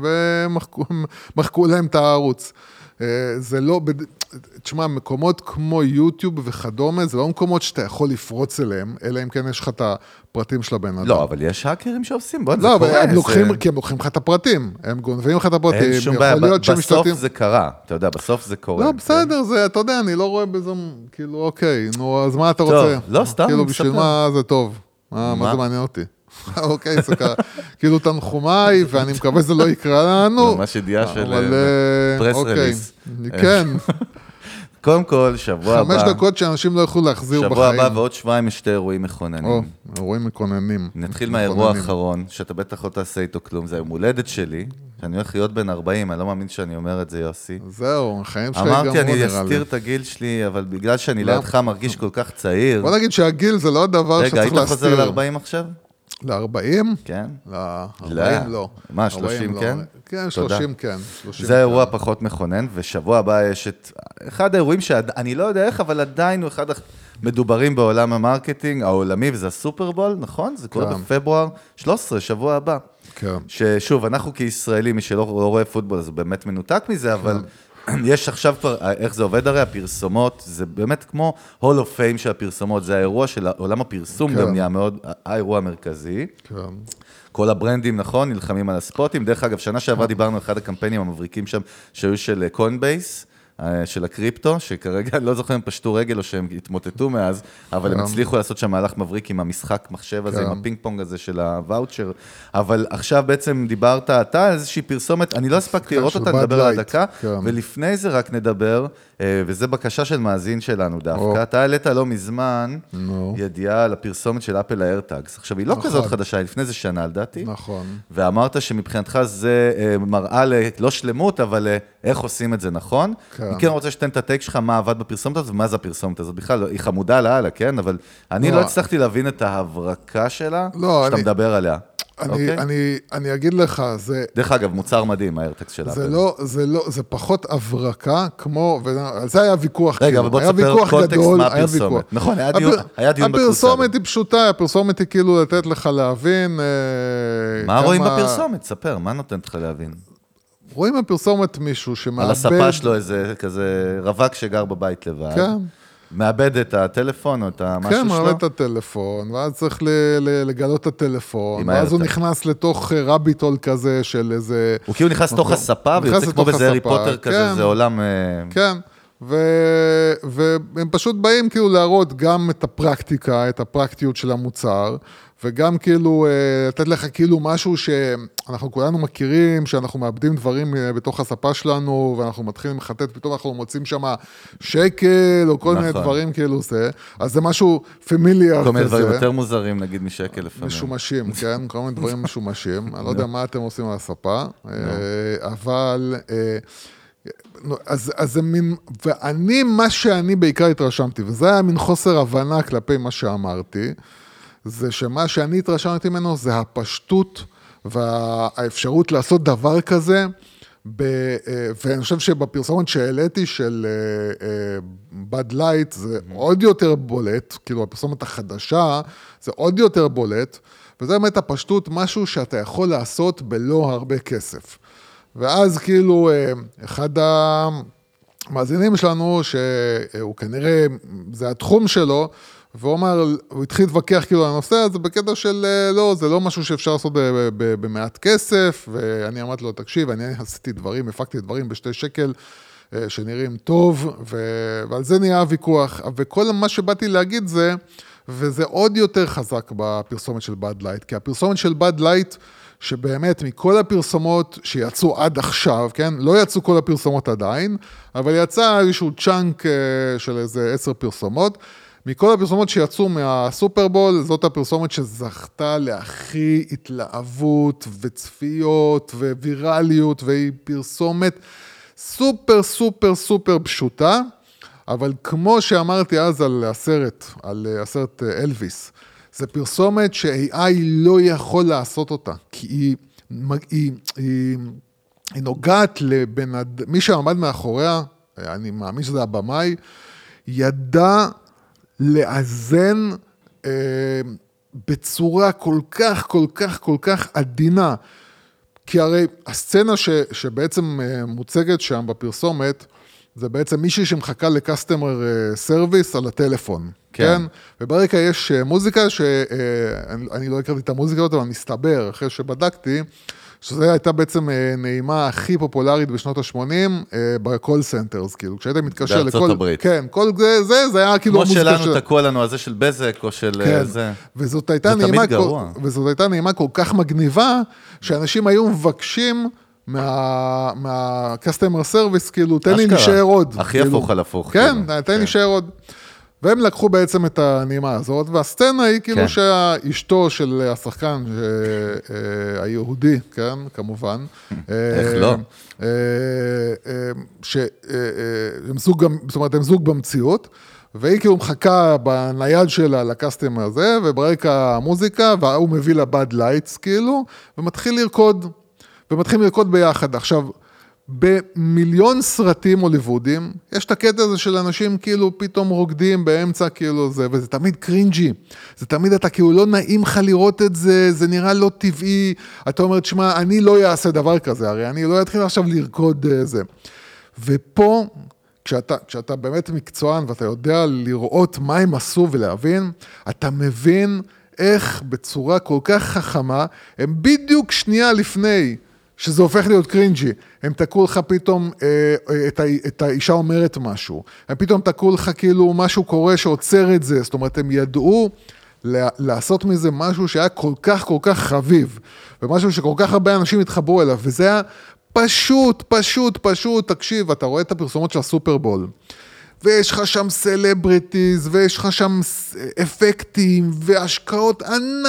ומחקו להם את הערוץ. זה לא, תשמע, מקומות כמו יוטיוב וכדומה, זה לא מקומות שאתה יכול לפרוץ אליהם, אלא אם כן יש לך את הפרטים של הבן אדם. לא, אבל יש האקרים שעושים, בוא, זה קורה. לא, כי הם לוקחים לך את הפרטים, הם גונבים לך את הפרטים, אין שום בעיה, בסוף זה קרה, אתה יודע, בסוף זה קורה. לא, בסדר, זה, אתה יודע, אני לא רואה בזה, כאילו, אוקיי, נו, אז מה אתה רוצה? טוב, לא, סתם, כאילו, בשביל מה זה טוב? מה זה מעניין אותי? אוקיי, זה קרה. כאילו תנחומיי, ואני מקווה שזה לא יקרה לנו. ממש ידיעה של פרס רליס. כן. קודם כל, שבוע הבא... 5 דקות שאנשים לא יכולו להחזיר בחיים. שבוע הבא ועוד שבועיים יש 2 אירועים מכוננים. אירועים מכוננים. נתחיל מהאירוע האחרון, שאתה בטח לא תעשה איתו כלום, זה היום הולדת שלי, שאני הולך להיות בן 40, אני לא מאמין שאני אומר את זה, יוסי. זהו, החיים שלי גם לא נראה לי. אמרתי, אני אסתיר את הגיל שלי, אבל בגלל שאני לידך מרגיש כל כך צעיר... בוא נגיד שהגיל זה לא הדבר שצריך להסתיר. רגע, היית חוזר ל-40 עכשיו? ל-40? כן. ל-40 לא. מה, 30 כן? כן, 30 כן. זה אירוע פחות מכונן, ושבוע הבא יש את אחד האירועים שאני לא יודע איך, אבל עדיין הוא אחד המדוברים בעולם המרקטינג העולמי, וזה הסופרבול, נכון? זה קורה בפברואר 13, שבוע הבא. כן. ששוב, אנחנו כישראלים, מי שלא רואה פוטבול, אז הוא באמת מנותק מזה, אבל... יש עכשיו כבר, איך זה עובד הרי, הפרסומות, זה באמת כמו Hall of Fame של הפרסומות, זה האירוע של עולם הפרסום גם נהיה מאוד, האירוע המרכזי. כל הברנדים, נכון, נלחמים על הספוטים. דרך אגב, שנה שעברה דיברנו על אחד הקמפיינים המבריקים שם, שהיו של קוינבייס, של הקריפטו, שכרגע לא זוכר אם פשטו רגל או שהם התמוטטו מאז, אבל הם הצליחו לעשות שם מהלך מבריק עם המשחק מחשב הזה, עם הפינג פונג הזה של הוואוצ'ר, אבל עכשיו בעצם דיברת אתה על איזושהי פרסומת, אני לא הספקתי לראות אותה, נדבר על דקה, ולפני זה רק נדבר, וזה בקשה של מאזין שלנו דווקא, אתה העלית לא מזמן ידיעה על הפרסומת של אפל האיירטאגס, עכשיו היא לא כזאת חדשה, לפני זה שנה לדעתי, ואמרת שמבחינתך זה מראה לא שלמות, אבל איך עושים את זה נכון. אני כן רוצה שתן את הטייק שלך, מה עבד בפרסומת הזאת, ומה זה הפרסומת הזאת. בכלל, היא חמודה להלאה, כן? אבל אני לא הצלחתי להבין את ההברקה שלה, שאתה מדבר עליה. אני אגיד לך, זה... דרך אגב, מוצר מדהים, האיירטאגס של אפל. זה פחות הברקה, כמו... זה היה ויכוח. רגע, אבל בוא תספר קונטקסט מה הפרסומת. נכון, היה דיון בקבוצה. הפרסומת היא פשוטה, הפרסומת היא כאילו לתת לך להבין... מה רואים בפרסומת? ספר, מה נותנת לך להבין? רואים בפרסומת מישהו שמאבד... על הספה שלו איזה כזה רווק שגר בבית לבד. כן. מאבד את הטלפון או את המשהו שלו? כן, מאבד את הטלפון, ואז צריך לגלות את הטלפון, ואז הוא נכנס לתוך רביטול כזה של איזה... הוא כאילו נכנס לתוך הספה, ויוצא כמו בזה הארי פוטר כזה, זה עולם... כן, והם פשוט באים כאילו להראות גם את הפרקטיקה, את הפרקטיות של המוצר, וגם כאילו, לתת לך כאילו משהו שאנחנו כולנו מכירים, שאנחנו מאבדים דברים בתוך הספה שלנו, ואנחנו מתחילים לחטט, פתאום אנחנו מוצאים שם שקל, או כל מיני דברים כאילו זה, אז זה משהו פמיליאר כזה. כל מיני דברים יותר מוזרים, נגיד משקל לפעמים. משומשים, כן, כל מיני דברים משומשים, אני לא יודע מה אתם עושים על הספה, אבל... אז זה מין, ואני, מה שאני בעיקר התרשמתי, וזה היה מין חוסר הבנה כלפי מה שאמרתי, זה שמה שאני התרשמתי ממנו זה הפשטות והאפשרות לעשות דבר כזה, ואני חושב שבפרסומת שהעליתי של בד לייט זה עוד יותר בולט, כאילו הפרסומת החדשה זה עוד יותר בולט, וזה באמת הפשטות, משהו שאתה יכול לעשות בלא הרבה כסף. ואז כאילו אחד המאזינים שלנו, שהוא כנראה, זה התחום שלו, והוא אמר, הוא התחיל להתווכח כאילו על הנושא הזה, בקטע של לא, זה לא משהו שאפשר לעשות במעט כסף, ואני אמרתי לו, תקשיב, אני עשיתי דברים, הפקתי דברים ב2 שקל, שנראים טוב, ועל זה נהיה הוויכוח, וכל מה שבאתי להגיד זה, וזה עוד יותר חזק בפרסומת של בד לייט, כי הפרסומת של בד לייט, שבאמת מכל הפרסומות שיצאו עד עכשיו, כן? לא יצאו כל הפרסומות עדיין, אבל יצא איזשהו צ'אנק של איזה 10 פרסומות, מכל הפרסומות שיצאו מהסופרבול, זאת הפרסומת שזכתה להכי התלהבות וצפיות ווירליות, והיא פרסומת סופר סופר סופר פשוטה, אבל כמו שאמרתי אז על הסרט אלוויס, זה פרסומת ש-AI לא יכול לעשות אותה, כי היא נוגעת מי שעמד מאחוריה, אני מאמין שזה הבמאי, ידע לאזן בצורה כל כך, כל כך, כל כך עדינה, כי הרי הסצנה שבעצם מוצגת שם בפרסומת, זה בעצם מישהי שמחכה לקסטמר סרוויס על הטלפון, כן? וברקע יש מוזיקה, שאני לא הכרתי את המוזיקה הזאת, אבל מסתבר, אחרי שבדקתי, שזו הייתה בעצם נעימה הכי פופולרית בשנות ה-80, בקול סנטרס, כאילו, כשהיית מתקשר לכל... בארצות הברית. כן, כל זה היה כאילו... כמו שלנו תקוע לנו הזה של בזק, או של זה. וזאת הייתה נעימה כל כך מגניבה, שאנשים היו מבקשים מהקסטמר סרוויס, כאילו, תן לי להישאר עוד. הכי הפוך על הפוך. כן, תן לי להישאר עוד. והם לקחו בעצם את הנעימה הזאת, והסצנה היא כאילו שאשתו של השחקן היהודי, כן, כמובן. איך לא? זאת אומרת, הם זוג במציאות, והיא כאילו מחכה בנייד שלה לקסטמר הזה, וברקע המוזיקה, והוא מביא לה בד לייטס, כאילו, ומתחיל לרקוד ביחד. עכשיו, במיליון סרטים הוליוודים, יש את הקטע הזה של אנשים כאילו פתאום רוקדים באמצע כאילו זה, וזה תמיד קרינג'י, זה תמיד אתה כאילו לא נעים לך לראות את זה, זה נראה לא טבעי, אתה אומר, תשמע, אני לא אעשה דבר כזה, הרי אני לא אתחיל עכשיו לרקוד זה. ופה, כשאתה באמת מקצוען ואתה יודע לראות מה הם עשו ולהבין, אתה מבין איך בצורה כל כך חכמה, הם בדיוק שנייה לפני, שזה הופך להיות קרינג'י, הם תקעו לך פתאום, את האישה אומרת משהו, הם פתאום תקעו לך כאילו משהו קורה שעוצר את זה, זאת אומרת, הם ידעו לעשות מזה משהו שהיה כל כך כל כך חביב, ומשהו שכל כך הרבה אנשים התחברו אליו, וזה היה פשוט, תקשיב, אתה רואה את הפרסומות של הסופרבול, ויש לך שם סלבריטיז, ויש לך שם אפקטים, והשקעות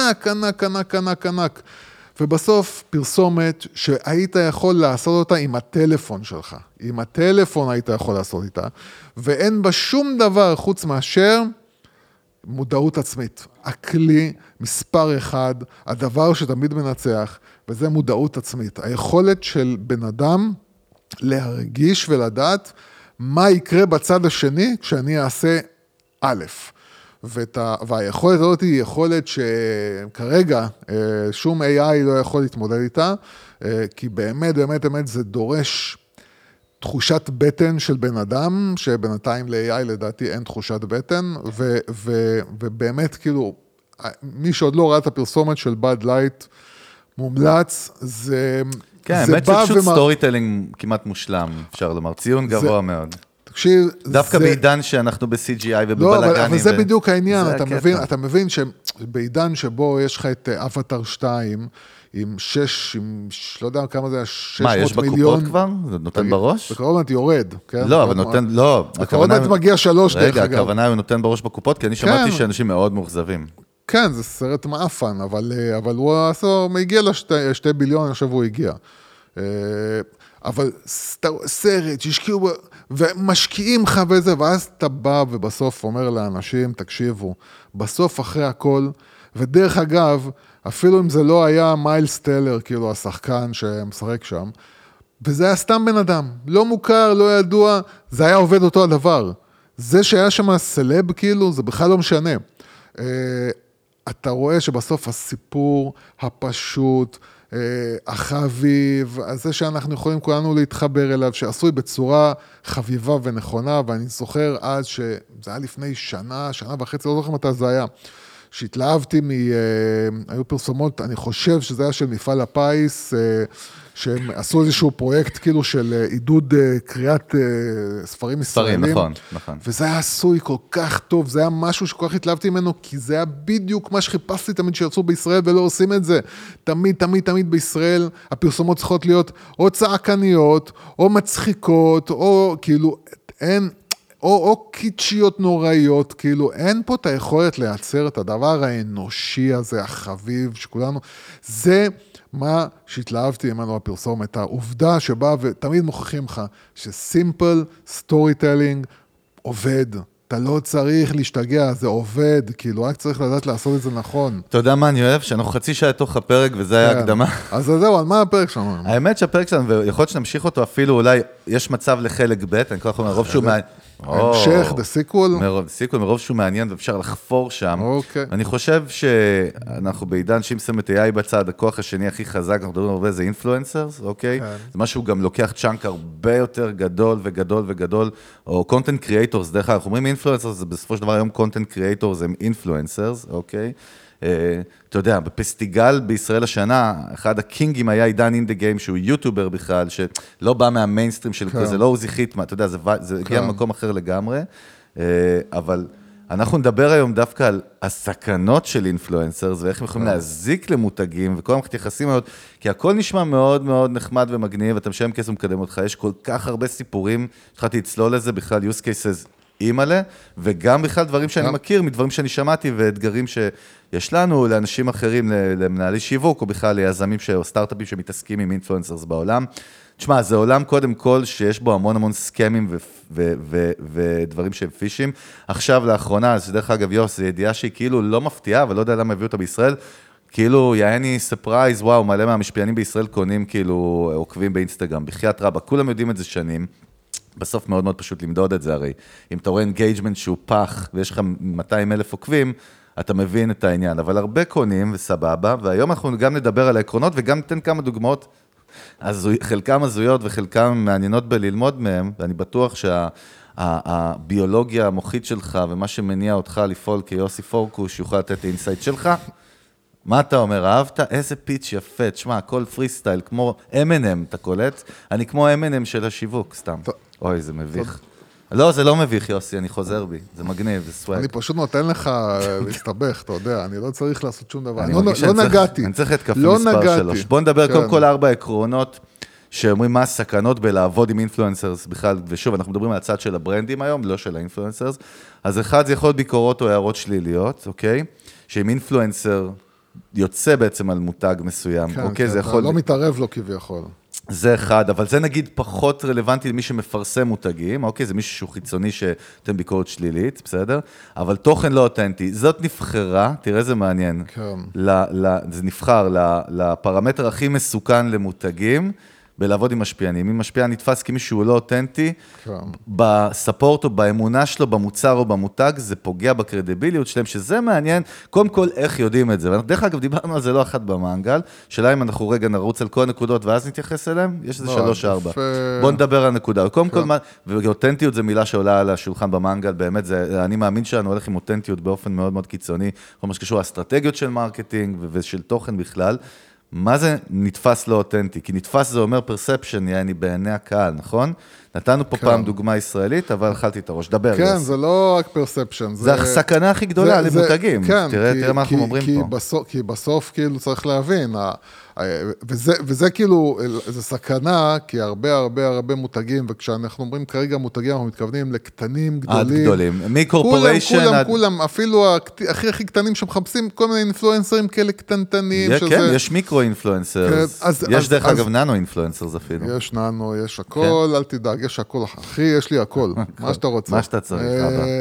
ענק, ובסוף פרסומת שהיית יכול לעשות אותה עם הטלפון שלך. עם הטלפון היית יכול לעשות איתה, ואין בה שום דבר חוץ מאשר מודעות עצמית. הכלי מספר אחד, הדבר שתמיד מנצח, וזה מודעות עצמית. היכולת של בן אדם להרגיש ולדעת מה יקרה בצד השני כשאני אעשה א'. והיכולת הזאת היא יכולת שכרגע שום AI לא יכול להתמודד איתה, כי באמת זה דורש תחושת בטן של בן אדם, שבינתיים ל-AI לדעתי אין תחושת בטן, ובאמת כאילו, מי שעוד לא ראה את הפרסומת של בד לייט, מומלץ, זה כן, האמת שפשוט סטורי טלינג כמעט מושלם, אפשר לומר, ציון גבוה מאוד. דווקא בעידן שאנחנו ב-CGI ובבלגנים. לא, אבל זה בדיוק העניין, אתה מבין שבעידן שבו יש לך את אבטר 2, עם 6, לא יודע כמה זה היה, 600 מיליון. מה, יש בקופות כבר? זה נותן בראש? בקרוב יורד, כן? לא, אבל נותן, לא. בקרוב מגיע 3 דרך אגב. רגע, הכוונה הוא נותן בראש בקופות, כי אני שמעתי שאנשים מאוד מאוכזבים. כן, זה סרט מאפן, אבל הוא הגיע ל2 ביליון, אני חושב הוא הגיע. אבל סרט שהשקיעו, ומשקיעים לך וזה, ואז אתה בא ובסוף אומר לאנשים, תקשיבו, בסוף אחרי הכל, ודרך אגב, אפילו אם זה לא היה מיילס טלר, כאילו השחקן שמשחק שם, וזה היה סתם בן אדם, לא מוכר, לא ידוע, זה היה עובד אותו הדבר. זה שהיה שם סלב, כאילו, זה בכלל לא משנה. אתה רואה שבסוף הסיפור הפשוט, החביב, זה שאנחנו יכולים כולנו להתחבר אליו, שעשוי בצורה חביבה ונכונה, ואני זוכר אז שזה היה לפני שנה וחצי, לא זוכר מתי זה היה, שהתלהבתי היו פרסומות, אני חושב שזה היה של מפעל הפיס, שהם עשו איזשהו פרויקט כאילו של עידוד קריאת ספרים ישראלים. ספרים, נכון. וזה היה עשוי כל כך טוב, זה היה משהו שכל כך התלהבתי ממנו, כי זה היה בדיוק מה שחיפשתי תמיד שיצאו בישראל, ולא עושים את זה. תמיד בישראל, הפרסומות צריכות להיות או צעקניות, או מצחיקות, או כאילו, או קיצ'יות נוראיות, כאילו, אין פה את היכולת לייצר את הדבר האנושי הזה, החביב, שכולנו, זה מה שהתלהבתי ממנו בפרסומת, העובדה שבה ותמיד מוכיחים לך שסימפל סטורי טלינג עובד, אתה לא צריך להשתגע, זה עובד, כאילו רק צריך לדעת לעשות את זה נכון. אתה יודע מה אני אוהב? שאנחנו חצי שעה לתוך הפרק וזה היה הקדמה. אז זהו, על מה הפרק שלנו? האמת שהפרק שלנו, ויכול להיות שנמשיך אותו אפילו, אולי יש מצב לחלק ב', אני כל כך אומר, רוב שהוא מעניין. המשך, the sequel? מרוב שהוא מעניין ואפשר לחפור שם. אני חושב שאנחנו בעידן שאם שם את AI בצד, הכוח השני הכי חזק, אנחנו מדברים הרבה, זה אינפלואנסרס, אוקיי? זה משהו גם לוקח צ'אנק הרבה יותר גדול, או content creators, דרך כלל, אנחנו אומרים אינפלואנסרס, זה בסופו של דבר היום content creators הם אינפלואנסרס, אוקיי? אתה יודע, בפסטיגל בישראל השנה, אחד הקינגים היה עידן אין דה גיים, שהוא יוטובר בכלל, שלא בא מהמיינסטרים של כזה, לא עוזי חיטמה, אתה יודע, זה הגיע ממקום אחר לגמרי, אבל אנחנו נדבר היום דווקא על הסכנות של אינפלואנסרס, ואיך הם יכולים להזיק למותגים, וכל המערכת יחסים מאוד, כי הכל נשמע מאוד מאוד נחמד ומגניב, ואתה משלם כסף ומקדם אותך, יש כל כך הרבה סיפורים, התחלתי לצלול לזה, בכלל use cases אימאלה, וגם בכלל דברים שאני מכיר, מדברים שאני שמעתי, ואתגרים שיש לנו, לאנשים אחרים, למנהלי שיווק, או בכלל ליזמים או סטארט-אפים שמתעסקים עם אינפלואנסרס בעולם. תשמע, זה עולם קודם כל שיש בו המון סקמים ודברים שהם פישים. עכשיו, לאחרונה, דרך אגב, יוס, זו ידיעה שהיא כאילו לא מפתיעה, אבל לא יודע למה הביאו אותה בישראל, כאילו, יעני ספרייז, וואו, מלא מהמשפיענים בישראל קונים, כאילו, עוקבים באינסטגרם, בחייאת רבה, כולם יודעים את זה שנים. בסוף מאוד מאוד פשוט למדוד את זה הרי. אם אתה רואה אינגייג'מנט שהוא פח, ויש לך 200,000 עוקבים, אתה מבין את העניין. אבל הרבה קונים וסבבה, והיום אנחנו גם נדבר על העקרונות, וגם ניתן כמה דוגמאות, חלקם הזויות וחלקם מעניינות בללמוד מהם, ואני בטוח שהביולוגיה המוחית שלך, ומה שמניע אותך לפעול כיוסי פורקוש, יוכל לתת אינסייט שלך. מה אתה אומר? אהבת? איזה פיץ' יפה, תשמע, הכל פרי סטייל, כמו M&M, אתה קולט? אני כמו M&M של השיווק, סתם. אוי, זה מביך. לא, זה לא מביך, יוסי, אני חוזר בי. זה מגניב, זה סוואג. אני פשוט נותן לך להסתבך, אתה יודע, אני לא צריך לעשות שום דבר. לא נגעתי. אני צריך להתקפה מספר 3. בוא נדבר קודם כל 4 עקרונות, שאומרים מה הסכנות בלעבוד עם אינפלואנסרס בכלל, ושוב, אנחנו מדברים על הצד של הברנדים היום, לא של האינפלואנסרס. אז אחד, זה יכול להיות ביקורות או הערות שליליות, אוקיי? שאם אינפלואנסר יוצא בעצם על מותג מסוים, אוקיי? זה יכול... לא מתערב לו כביכול. זה אחד, אבל זה נגיד פחות רלוונטי למי שמפרסם מותגים, אוקיי? זה מישהו שהוא חיצוני שתן ביקורת שלילית, בסדר? אבל תוכן לא אותנטי. זאת נבחרה, תראה זה מעניין. כן. זה נבחר לפרמטר הכי מסוכן למותגים, בלעבוד עם משפיענים. אם משפיען נתפס כמישהו לא אותנטי, בספורט או באמונה שלו, במוצר או במותג, זה פוגע בקרדיביליות שלהם, שזה מעניין, קודם כל איך יודעים את זה. דרך אגב, דיברנו על זה לא אחת במנגל, שאלה אם אנחנו רגע נרוץ על כל הנקודות, ואז נתייחס אליהם, יש איזה 3-4. בואו נדבר על נקודה. קודם כל, ואותנטיות זה מילה שעולה על השולחן במנגל, באמת, אני מאמין שאני הולך עם אותנטיות באופן מאוד מאוד קיצוני, כל מה שקשור לאסטרטגיות של מרקטינג ושל תוכן בכלל. מה זה נתפס לא אותנטי? כי נתפס זה אומר פרספשן, יעני בעיני הקהל, נכון? נתנו פה פעם דוגמה ישראלית, אבל אכלתי את הראש, דבר. כן, זה לא רק פרספשן. זה הסכנה הכי גדולה למותגים. תראה מה אנחנו אומרים פה. כי בסוף כאילו צריך להבין, וזה כאילו, זה סכנה, כי הרבה מותגים, וכשאנחנו אומרים כרגע מותגים, אנחנו מתכוונים לקטנים גדולים. מקורפוריישן. כולם, אפילו הכי קטנים שמחפשים כל מיני אינפלואנסרים כאלה קטנטנים. כן, יש מיקרו-אינפלואנסרס. יש דרך אגב ננו-אינפלואנסרס אפילו. יש ננו, יש הכל, אל תדאג, יש הכל, אחי, יש לי הכל, מה שאתה רוצה. מה שאתה צריך,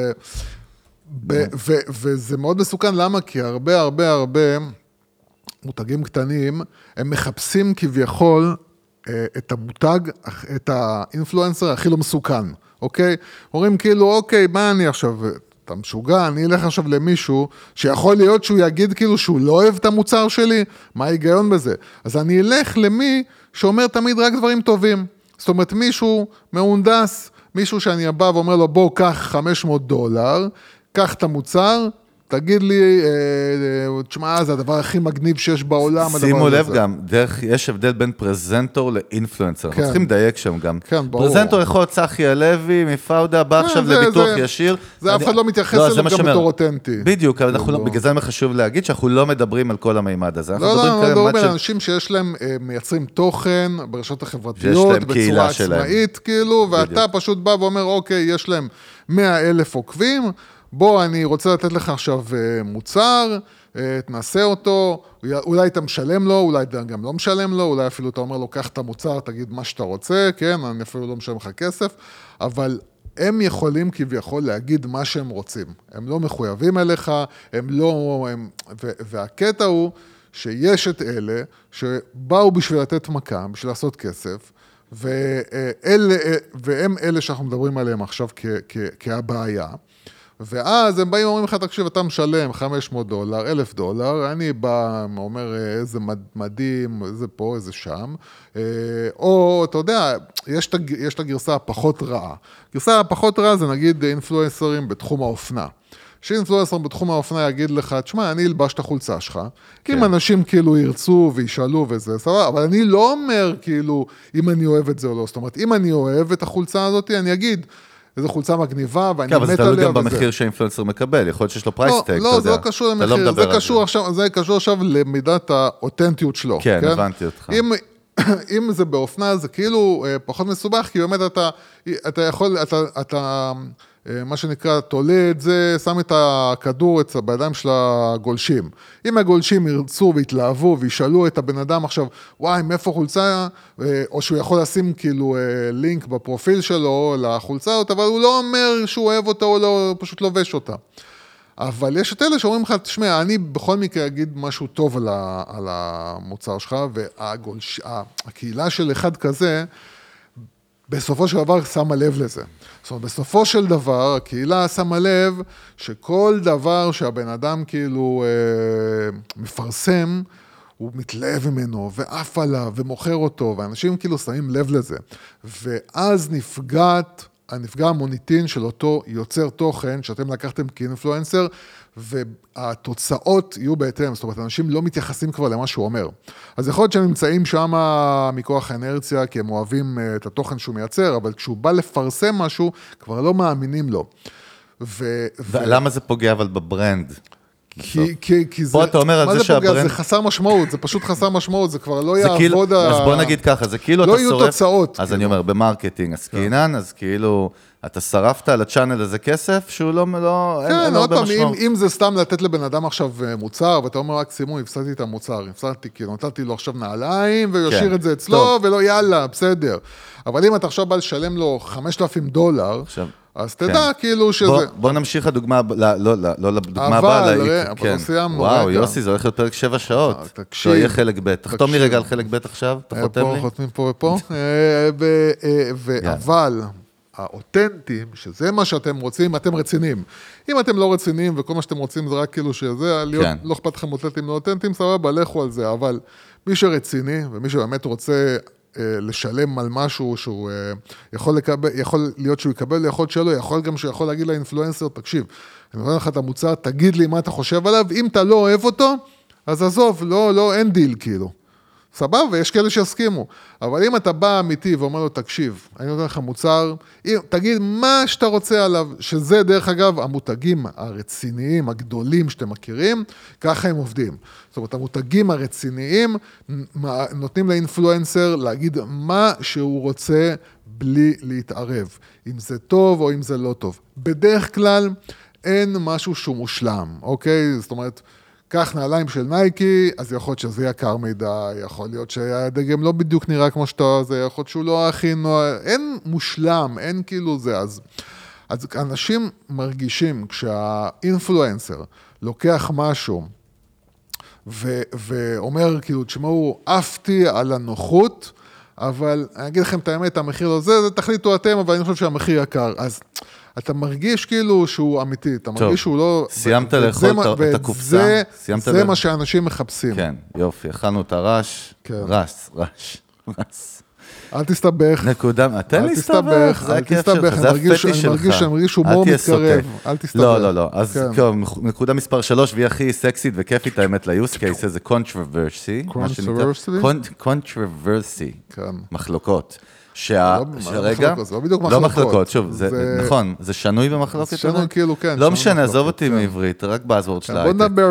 וזה מאוד מסוכן, למה? כי הרבה מותגים קטנים, הם מחפשים כביכול את המותג, את האינפלואנסר הכי לא מסוכן, אוקיי? אומרים כאילו, אוקיי, מה אני עכשיו, אתה משוגע, אני אלך עכשיו למישהו, שיכול להיות שהוא יגיד כאילו שהוא לא אוהב את המוצר שלי, מה ההיגיון בזה? אז אני אלך למי שאומר תמיד רק דברים טובים. זאת אומרת, מישהו מהונדס, מישהו שאני בא ואומר לו, בוא, קח $500, קח את המוצר, תגיד לי, תשמע, זה הדבר הכי מגניב שיש בעולם. שימו לב גם, יש הבדל בין פרזנטור לאינפלואנסר. אנחנו צריכים לדייק שם גם. כן, ברור. פרזנטור יכול להיות צחי הלוי, מפאודה, בא עכשיו לביטוח ישיר. זה אף אחד לא מתייחס אליו גם בתור אותנטי. בדיוק, בגלל זה חשוב להגיד שאנחנו לא מדברים על כל המימד הזה. לא, מדברים על אנשים שיש להם, מייצרים תוכן ברשתות החברתיות, בצורה עצמאית, כאילו, ואתה פשוט בא ואומר, אוקיי, יש להם 100,000 עוקבים, בוא, אני רוצה לתת לך עכשיו מוצר, תנסה אותו, אולי אתה משלם לו, אולי גם לא משלם לו, אולי אפילו אתה אומר לו, קח את המוצר, תגיד מה שאתה רוצה, כן, אני אפילו לא משלם לך כסף, אבל הם יכולים כביכול להגיד מה שהם רוצים. הם לא מחויבים אליך, הם לא... והקטע הוא שיש את אלה שבאו בשביל לתת מכה, בשביל לעשות כסף, והם אלה שאנחנו מדברים עליהם עכשיו כהבעיה, ואז הם באים ואומרים לך, תקשיב, אתה משלם $500, $1,000, אני בא, אומר, איזה מדהים, איזה פה, איזה שם, או, אתה יודע, יש את הגרסה הפחות רעה. גרסה הפחות רעה זה נגיד אינפלואנסרים בתחום האופנה. שאינפלואנסר בתחום האופנה יגיד לך, תשמע, אני אלבש את החולצה שלך, אם אנשים כאילו ירצו וישאלו וזה, סבבה, אבל אני לא אומר כאילו, אם אני אוהב את זה או לא, זאת אומרת, אם אני אוהב את החולצה הזאת, אני אגיד, איזו חולצה מגניבה, ואני מת עליה וזה. אבל זה תלוי גם במחיר שהאינפלואנסר מקבל, יכול להיות שיש לו פרייס טג, לא, זה לא קשור למחיר, זה קשור עכשיו למידת האותנטיות שלו. כן, הבנתי אותך. אם זה באופנה, זה כאילו פחות מסובך, כי באמת אתה יכול, מה שנקרא, תולה את זה, שם את הכדור בידיים של הגולשים. אם הגולשים ירצו והתלהבו וישאלו את הבן אדם עכשיו, וואי, מאיפה חולצה, או שהוא יכול לשים כאילו לינק בפרופיל שלו לחולצה, אבל הוא לא אומר שהוא אוהב אותה או לא, פשוט לובש אותה. אבל יש את אלה שאומרים לך, תשמע, אני בכל מקרה אגיד משהו טוב על המוצר שלך, והקהילה של אחד כזה, בסופו של דבר שמה לב לזה. זאת אומרת, בסופו של דבר, הקהילה שמה לב שכל דבר שהבן אדם כאילו מפרסם, הוא מתלהב ממנו, ואף עליו, ומוכר אותו, ואנשים כאילו שמים לב לזה. ואז הנפגע המוניטין של אותו יוצר תוכן, שאתם לקחתם כאינפלואנסר, והתוצאות יהיו בהתאם, זאת אומרת, אנשים לא מתייחסים כבר למה שהוא אומר. אז יכול להיות שהם נמצאים שם מכוח האנרציה, כי הם אוהבים את התוכן שהוא מייצר, אבל כשהוא בא לפרסם משהו, כבר לא מאמינים לו. ולמה זה פוגע אבל בברנד? כי זה, פה אתה אומר על זה שהברנד... זה חסר משמעות, זה פשוט חסר משמעות, זה כבר לא יעבוד... אז בוא נגיד ככה, זה כאילו לא אתה יהיו שורף... תוצאות. אז אני אומר, במרקטינג, עסקינן, אז כאילו, אתה שרפת על הצ'אנל הזה כסף, שהוא לא... כן, עוד פעם, אם זה סתם לתת לבן אדם עכשיו מוצר, ואתה אומר, רק שימו, הפסדתי את המוצר, כאילו, נתתי לו עכשיו נעליים, וישאיר את זה אצלו, ולא, יאללה, בסדר. אבל אם אתה עכשיו בא לשלם לו $5,000, אז תדע כאילו שזה... בוא נמשיך לדוגמה, לא לדוגמה הבאה, אבל לא סיימנו. וואו, יוסי, זה הולך להיות פרק 7 שעות. תקשיב. לא יהיה חלק ב'. תחתום לי רגע על חלק ב' עכשיו, אתה חותם לי? חותמים פה ופה. אבל האותנטים, שזה מה שאתם רוצים, אתם רציניים. אם אתם לא רציניים, וכל מה שאתם רוצים זה רק כאילו שזה, לא אכפת לכם אותנטים לא אותנטים, סבבה, לכו על זה. אבל מי שרציני, ומי שבאמת רוצה... לשלם על משהו שהוא יכול להיות שהוא יקבל, יכול להיות שלא, יכול גם שהוא יכול להגיד לאינפלואנסר, תקשיב, אני נותן לך את המוצר, תגיד לי מה אתה חושב עליו, אם אתה לא אוהב אותו, אז עזוב, לא, אין דיל כאילו. סבבה, ויש כאלה שיסכימו. אבל אם אתה בא אמיתי ואומר לו, תקשיב, אני נותן לך מוצר, תגיד מה שאתה רוצה עליו, שזה דרך אגב, המותגים הרציניים, הגדולים שאתם מכירים, ככה הם עובדים. זאת אומרת, המותגים הרציניים נותנים לאינפלואנסר להגיד מה שהוא רוצה בלי להתערב. אם זה טוב או אם זה לא טוב. בדרך כלל אין משהו שהוא מושלם, אוקיי? זאת אומרת, כך נעליים של נייקי, אז יכול להיות שזה יקר מידי, יכול להיות שהדגם לא בדיוק נראה כמו שאתה, זה יכול להיות שהוא לא הכי נוער, אין מושלם, אין כאילו זה, אז אנשים מרגישים כשהאינפלואנסר לוקח משהו, ואומר כאילו, תשמעו, עפתי על הנוחות, אבל אני אגיד לכם את האמת, המחיר לא זה תחליטו אתם, אבל אני חושב שהמחיר יקר, אז... אתה מרגיש כאילו שהוא אמיתי, אתה מרגיש שהוא לא... סיימת לאכול את הקופסה? זה מה שאנשים מחפשים. כן, יופי, אכלנו את הרש, רס. אל תסתבך. נקודה, תן לי להסתבך, זה הכיף שלך, זה הפטיש שלך. אני מרגיש הומור מתקרב, אל תסתבך. לא, אז נקודה מספר 3, והיא הכי סקסית וכיפית האמת ל-use case, זה controversy, controversy, מחלוקות. רגע, לא מחלוקות, שוב, נכון, זה שנוי במחלוקת? זה שנוי כאילו, כן. לא משנה, עזוב אותי מעברית, רק באזוורד של הייטק. בוא נדבר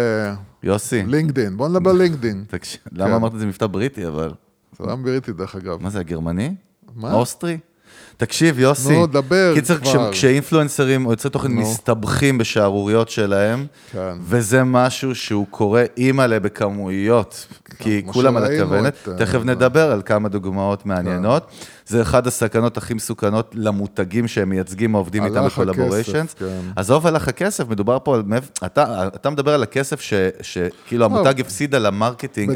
יוסי. לינקדין, בוא נדבר לינקדין. למה אמרת את זה מבטא בריטי, אבל? זה לא בריטי, דרך אגב. מה זה, הגרמני? מה? אוסטרי? תקשיב, יוסי. נו, דבר כבר. כשאינפלואנסרים או יוצאי תוכן מסתבכים בשערוריות שלהם, וזה משהו שהוא קורה אימאלה בכמויות, כי כולם על הכוונת. תכף נדבר על כמה דוגמאות מעניינות. זה אחד הסכנות הכי מסוכנות למותגים שהם מייצגים העובדים איתם בקולבוריישנס. עזוב הלך הכסף, מדובר פה על... אתה מדבר על הכסף שכאילו המותג הפסיד על המרקטינג.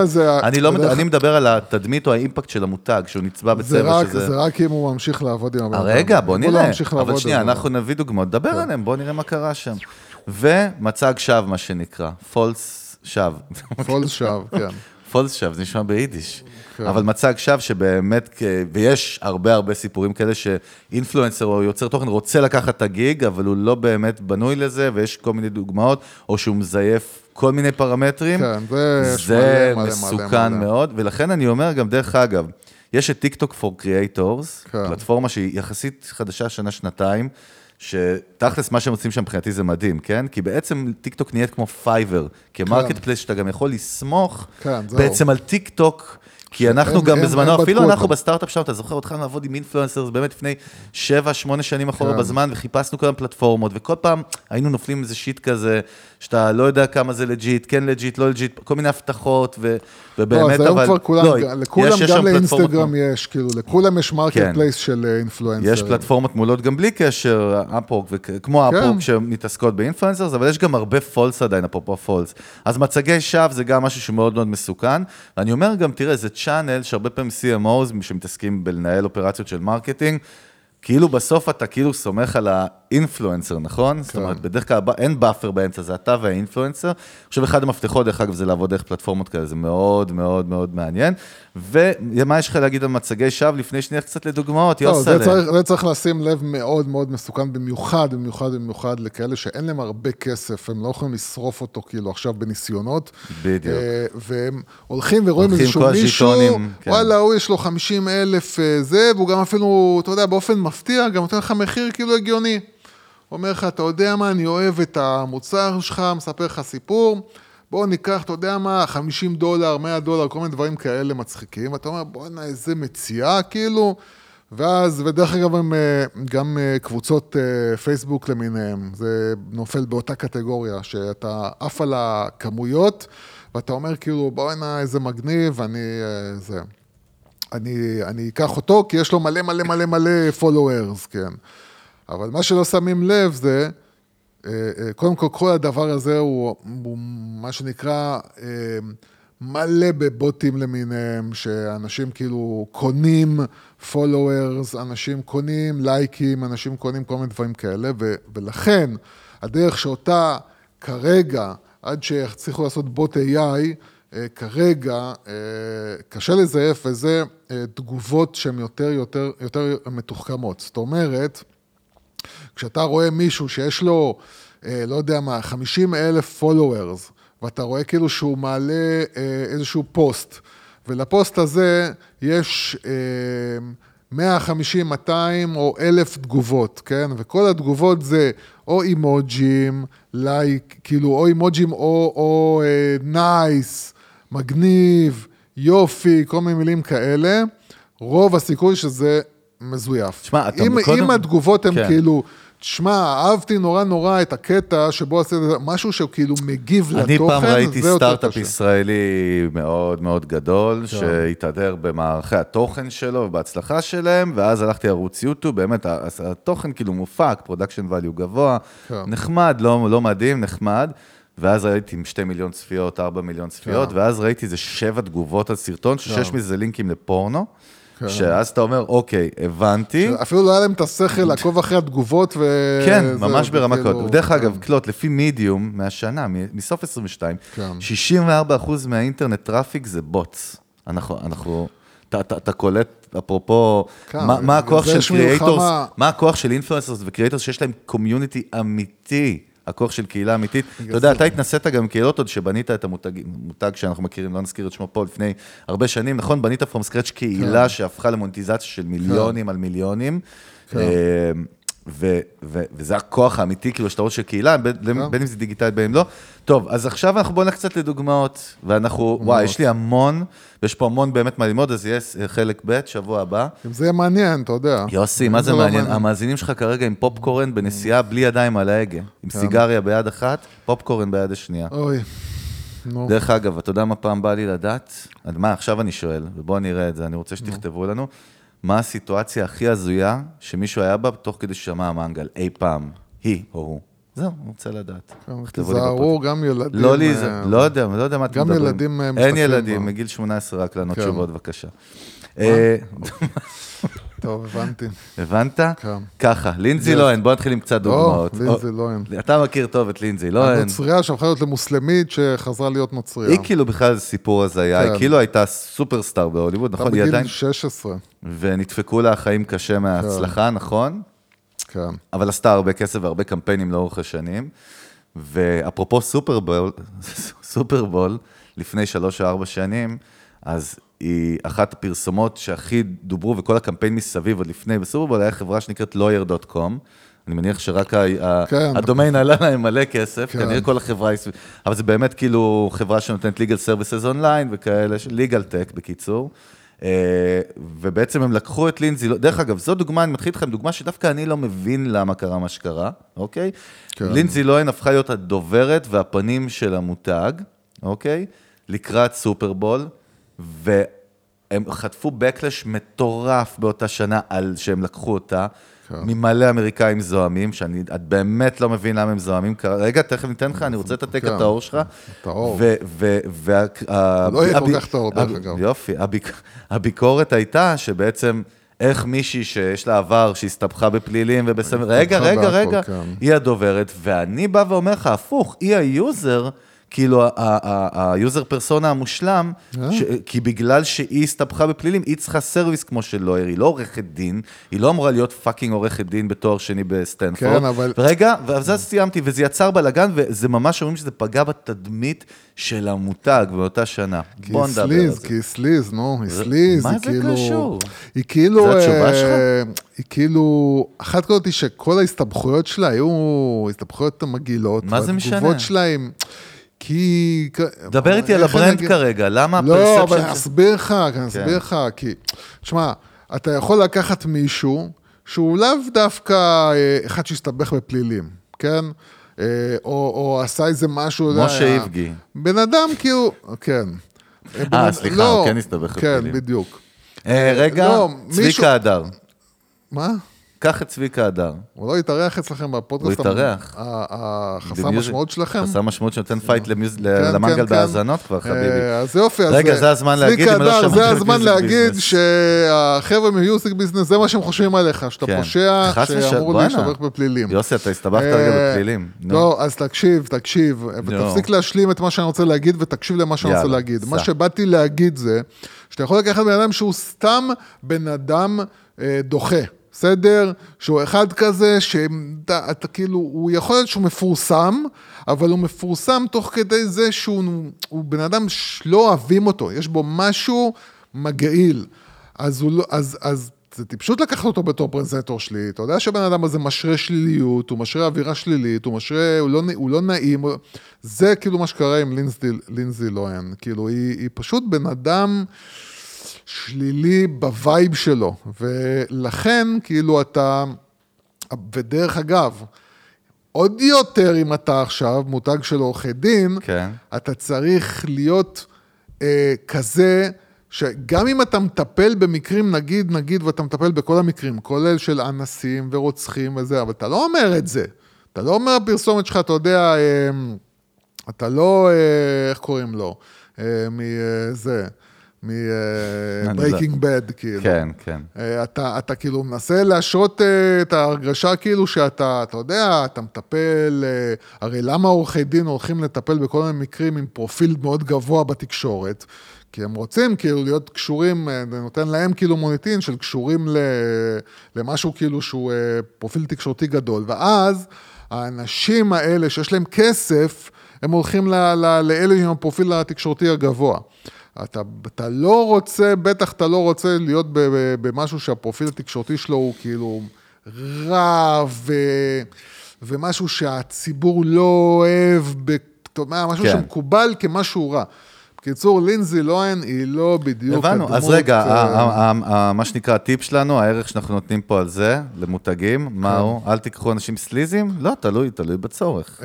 אני מדבר על התדמית או האימפקט של המותג, שהוא נצבע בצבע שזה... זה רק אם הוא ממשיך לעבוד עם... רגע, בוא נראה. אבל שנייה, אנחנו נביא דוגמאות. דבר עליהם, בוא נראה מה קרה שם. ומצג שווא, מה שנקרא. פולס שווא. פולס שווא, כן. פולס שווא, זה נשמע ביידיש. אבל מצג שווא שבאמת, ויש הרבה סיפורים כאלה שאינפלואנסר או יוצר תוכן רוצה לקחת את הגיג, אבל הוא לא באמת בנוי לזה, ויש כל מיני דוגמאות, או שהוא מזייף כל מיני פרמטרים. זה מסוכן מאוד, ולכן אני אומר גם דרך אגב, יש את TikTok for Creators, פלטפורמה שהיא יחסית חדשה שנה-שנתיים, שתכלס מה שהם עושים שם מבחינתי זה מדהים, כן? כי בעצם טיקטוק נהיית כמו פייבר, כמרקט פלייס שאתה גם יכול לסמוך בעצם על טיקטוק, כי אנחנו גם בזמנו, אפילו אנחנו בסטארט-אפ שם, אתה זוכר, התחלנו לעבוד עם אינפלואנסרס, באמת לפני 7-8 שנים אחורה בזמן, וחיפשנו כל הפלטפורמות, וכל פעם היינו נופלים איזה שיט כזה, שאתה לא יודע כמה זה לג'יט, כן לג'יט, לא לג'יט, כל מיני הבטחות, ובאמת, אבל... לכולם, גם לאינסטגרם יש, כאילו, לכולם יש מרקט פלייס של אינפלואנסר. יש פלטפורמות מולות גם בלי קשר, אפורק, כמו אפורק שמתעסקות באינפלואנסרס, אבל יש גם הרבה פולס עדיין, אפרופו פולס. אז מצגי שווא זה גם משהו שמאוד מאוד מסוכן, ואני אומר גם, תראה, זה צ'אנל שהרבה פעמים CMOs שמתעסקים בלנהל אופרציות של מרקטינג, כאילו בסוף אתה כאילו סומך על האינפלואנסר, נכון? זאת אומרת, בדרך כלל אין באפר באמצע, זה אתה והאינפלואנסר. עכשיו, אחד המפתחות, דרך אגב, זה לעבוד דרך פלטפורמות כאלה, זה מאוד מאוד מאוד מעניין. ומה יש לך להגיד על מצגי שווא לפני שנייה קצת לדוגמאות? זה צריך לשים לב מאוד מאוד מסוכן, במיוחד לכאלה שאין להם הרבה כסף, הם לא יכולים לשרוף אותו כאילו עכשיו בניסיונות. בדיוק. והם הולכים ורואים איזשהו מישהו, וואלה, הוא יש לו 50,000 זה, והוא גם אפילו, אתה יודע, באופן מפתיע, גם נותן לך מחיר כאילו הגיוני. אומר לך, אתה יודע מה, אני אוהב את המוצר שלך, מספר לך סיפור, בואו ניקח, אתה יודע מה, $50, $100, כל מיני דברים כאלה מצחיקים, ואתה אומר, בואו נה, איזה מציאה, כאילו, ואז, ודרך אגב, גם קבוצות פייסבוק למיניהם, זה נופל באותה קטגוריה, שאתה עף על הכמויות, ואתה אומר, כאילו, בואו נה, איזה מגניב, אני אקח אותו, כי יש לו מלא followers, כן. אבל מה שלא שמים לב זה, קודם כל הדבר הזה הוא מה שנקרא מלא בבוטים למיניהם, שאנשים כאילו קונים followers, אנשים קונים לייקים, אנשים קונים כל מיני דברים כאלה, ולכן הדרך שאותה כרגע, עד שיצליחו לעשות בוט AI, כרגע קשה לזייף, וזה תגובות שהן יותר מתוחכמות. זאת אומרת, כשאתה רואה מישהו שיש לו, לא יודע מה, 50,000 followers, ואתה רואה כאילו שהוא מעלה איזשהו פוסט, ולפוסט הזה יש 150, 200 או 1,000 תגובות, כן? וכל התגובות זה או אימוג'ים, לייק, כאילו, או אימוג'ים או נייס, מגניב, יופי, כל מיני מילים כאלה, רוב הסיכוי שזה מזויף. שמה, אם התגובות הן כאילו, תשמע, אהבתי נורא את הקטע שבו עשית משהו שהוא כאילו מגיב לתוכן, אני פעם ראיתי סטארט-אפ ישראלי מאוד מאוד גדול, שהתהדר במערכי התוכן שלו ובהצלחה שלהם, ואז הלכתי לערוץ יוטיוב, באמת התוכן כאילו מופק, פרודקשן ואליו גבוה, נחמד, לא מדהים, נחמד, ואז ראיתי עם 2 מיליון צפיות, 4 מיליון צפיות, ואז ראיתי איזה 7 תגובות על סרטון, ש6 מזה לינקים לפורנו, שאז אתה אומר, אוקיי, הבנתי. אפילו לא היה להם את השכל לעקוב אחרי התגובות כן, ממש ברמה כזאת. דרך אגב, קלוט, לפי מידיום מהשנה, מסוף 22, 64% מהאינטרנט טראפיק זה בוטס. אנחנו, אתה קולט, אפרופו, מה הכוח של קריאייטורס, מה הכוח של אינפלואנסרס וקריאייטורס שיש להם קומיוניטי אמיתי, הכוח של קהילה אמיתית. אתה יודע, אתה התנסית גם קהילות עוד שבנית את המותג שאנחנו מכירים, לא נזכיר את שמו פה לפני הרבה שנים, נכון? בנית פרום סקרץ' קהילה שהפכה למוניטיזציה של מיליונים על מיליונים, וזה הכוח האמיתי, כאילו, שאתה רואה של קהילה, בין אם זה דיגיטלי, בין אם לא. טוב, אז עכשיו אנחנו בוא נלך קצת לדוגמאות, ואנחנו, וואי, יש לי המון, ויש פה המון באמת מה ללמוד, אז יש חלק ב' שבוע הבא. אם זה יהיה מעניין, אתה יודע. יוסי, מה זה מעניין? המאזינים שלך כרגע עם פופקורן בנסיעה בלי ידיים על ההגה, עם סיגריה ביד אחת, פופקורן ביד השנייה. אוי. דרך אגב, אתה יודע מה פעם בא לי לדעת? מה, עכשיו אני שואל, ובואו נראה את זה, אני רוצה שתכתבו לנו. מה הסיטואציה הכי הזויה שמישהו היה בה תוך כדי ששמע המנגל, אי פעם, היא או הוא. זהו, אני רוצה לדעת. תזהרו גם ילדים. לא יודע מה אתם מדברים. גם ילדים משתתפים. אין ילדים, מגיל 18 רק לענות תשובות, בבקשה. טוב, הבנתי. הבנת? ככה, לינזי לוהן, בוא נתחיל עם קצת דוגמאות. לינזי לוהן. אתה מכיר טוב את לינזי לוהן. הנוצריה שהפכה להיות למוסלמית שחזרה להיות נוצריה. היא כאילו בכלל סיפור הזיה, היא כאילו הייתה סופרסטאר בהוליווד, נכון? היא בגיל 16. ונדפקו לה החיים קשה מההצלחה, נכון? כן. אבל עשתה הרבה כסף והרבה קמפיינים לאורך השנים. ואפרופו סופרבול, לפני 3 או 4 שנים, אז היא אחת הפרסומות שהכי דוברו, וכל הקמפיין מסביב עוד לפני בסופרבול, היה חברה שנקראת lawyer.com, אני מניח שרק הדומיין עלה להם מלא כסף, כנראה כל החברה, אבל זה באמת כאילו חברה שנותנת legal services online וכאלה, legal tech בקיצור, ובעצם הם לקחו את לינזי, דרך אגב, זו דוגמה, אני מתחיל איתכם, דוגמה שדווקא אני לא מבין למה קרה מה שקרה, אוקיי? לינזי לוהן הפכה להיות הדוברת והפנים של המותג, אוקיי? לקראת סופרבול, והם חטפו בקלש מטורף באותה שנה על שהם לקחו אותה, ממלא אמריקאים זוהמים, שאת באמת לא מבין למה הם זוהמים. רגע, תכף ניתן לך, אני רוצה לתתק את האור שלך. את האור. לא יהיה כל כך את האור, דרך אגב. יופי, הביקורת הייתה שבעצם, איך מישהי שיש לה עבר, שהסתבכה בפלילים ובסמר, רגע, היא הדוברת, ואני בא ואומר לך, הפוך, היא היוזר, כאילו היוזר פרסונה המושלם, כי בגלל שהיא הסתבכה בפלילים, היא צריכה סרוויס כמו של לויר, היא לא עורכת דין, היא לא אמורה להיות פאקינג עורכת דין בתואר שני בסטנפורד. כן, אבל... ורגע, ואז סיימתי, וזה יצר בלגן, וזה ממש אומרים שזה פגע בתדמית של המותג באותה שנה. בוא נדבר על זה. כי סליז, נו, היא סליז. מה זה קשור? היא כאילו... זה התשובה שלך? היא כאילו... אחת כזאת היא שכל ההסתבכויות שלה היו הסתבכויות מגעילות. מה זה משנה? והתגובות שלה עם... כי... דבר איתי על הברנד כרגע, למה הפרספשן... לא, אבל אני אסביר לך, כי... תשמע, אתה יכול לקחת מישהו שהוא לאו דוקא אחד שהסתבך בפלילים, כן? או עשה איזה משהו... משה איבגי. בן אדם כאילו... כן. סליחה, הוא כן הסתבך בפלילים. כן, בדיוק. רגע, צביקה הדר. מה? קח את צביקה הדר. הוא לא יתארח אצלכם בפודקאסט. הוא יתארח. החסר משמעות שלכם. חסר משמעות שנותן פייט למנגל בהאזנות כבר, חביבי. אז יופי. רגע, זה הזמן להגיד. צביקה הדר, זה הזמן להגיד שהחבר'ה מיוסיק ביזנס, זה מה שהם חושבים עליך, שאתה פושע, שאמור להשתבח בפלילים. יוסי, אתה הסתבכת רגע בפלילים. לא, אז תקשיב, ותפסיק להשלים את מה שאני רוצה להגיד, ותקשיב למה שאני רוצה להגיד. מה שבאתי להגיד זה, שאתה יכול לקחת בן אדם שהוא סתם בן אדם דוחה. בסדר? שהוא אחד כזה, שאתה כאילו, הוא יכול להיות שהוא מפורסם, אבל הוא מפורסם תוך כדי זה שהוא בן אדם שלא אוהבים אותו, יש בו משהו מגעיל. אז זה טיפשות לקחת אותו בתור פרזנטור שלי, אתה יודע שבן אדם הזה משרה שליליות, הוא משרה אווירה שלילית, הוא לא נעים, זה כאילו מה שקרה עם לינזי לוהן, כאילו היא פשוט בן אדם... שלילי בווייב שלו, ולכן כאילו אתה, ודרך אגב, עוד יותר אם אתה עכשיו מותג של עורכי דין, כן. אתה צריך להיות כזה, שגם אם אתה מטפל במקרים, נגיד, ואתה מטפל בכל המקרים, כולל של אנסים ורוצחים וזה, אבל אתה לא אומר את זה, אתה לא אומר הפרסומת שלך, אתה יודע, אתה לא, איך קוראים לו, מזה, מ-Breaking Bad, כאילו. כן, כן. אתה כאילו מנסה להשרות את ההרגשה כאילו שאתה, אתה יודע, אתה מטפל, הרי למה עורכי דין הולכים לטפל בכל מיני מקרים עם פרופיל מאוד גבוה בתקשורת? כי הם רוצים כאילו להיות קשורים, נותן להם כאילו מוניטין של קשורים למשהו כאילו שהוא פרופיל תקשורתי גדול, ואז האנשים האלה שיש להם כסף, הם הולכים לאלה עם הפרופיל התקשורתי הגבוה. אתה לא רוצה, בטח אתה לא רוצה להיות במשהו שהפרופיל התקשורתי שלו הוא כאילו רע, ומשהו שהציבור לא אוהב, משהו שמקובל כמשהו רע. בקיצור, לינזי לוהן היא לא בדיוק הבנו, אז רגע, מה שנקרא הטיפ שלנו, הערך שאנחנו נותנים פה על זה, למותגים, מהו? אל תיקחו אנשים סליזים? לא, תלוי בצורך.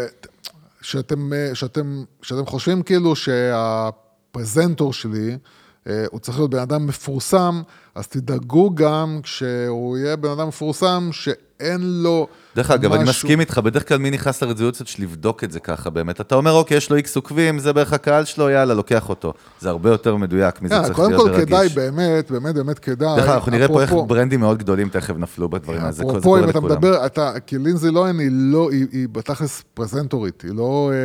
שאתם חושבים כאילו שהפרזנטור שלי, הוא צריך להיות בן אדם מפורסם, אז תדאגו גם כשהוא יהיה בן אדם מפורסם, שאין לו דרך אגב, אני מסכים איתך, בדרך כלל מי נכנס לרזולוציות של לבדוק את זה ככה באמת. אתה אומר, אוקיי, יש לו איקס עוקבים, זה בערך הקהל שלו, יאללה, לוקח אותו. זה הרבה יותר מדויק, מזה צריך להיות ברגיש. קודם כל כדאי, באמת כדאי. דרך אגב, אנחנו נראה פה איך ברנדים מאוד גדולים תכף נפלו בדברים הזה. אפרופו, אם אתה מדבר, כי לינזי לוהן היא בתכלס פרזנטורית, היא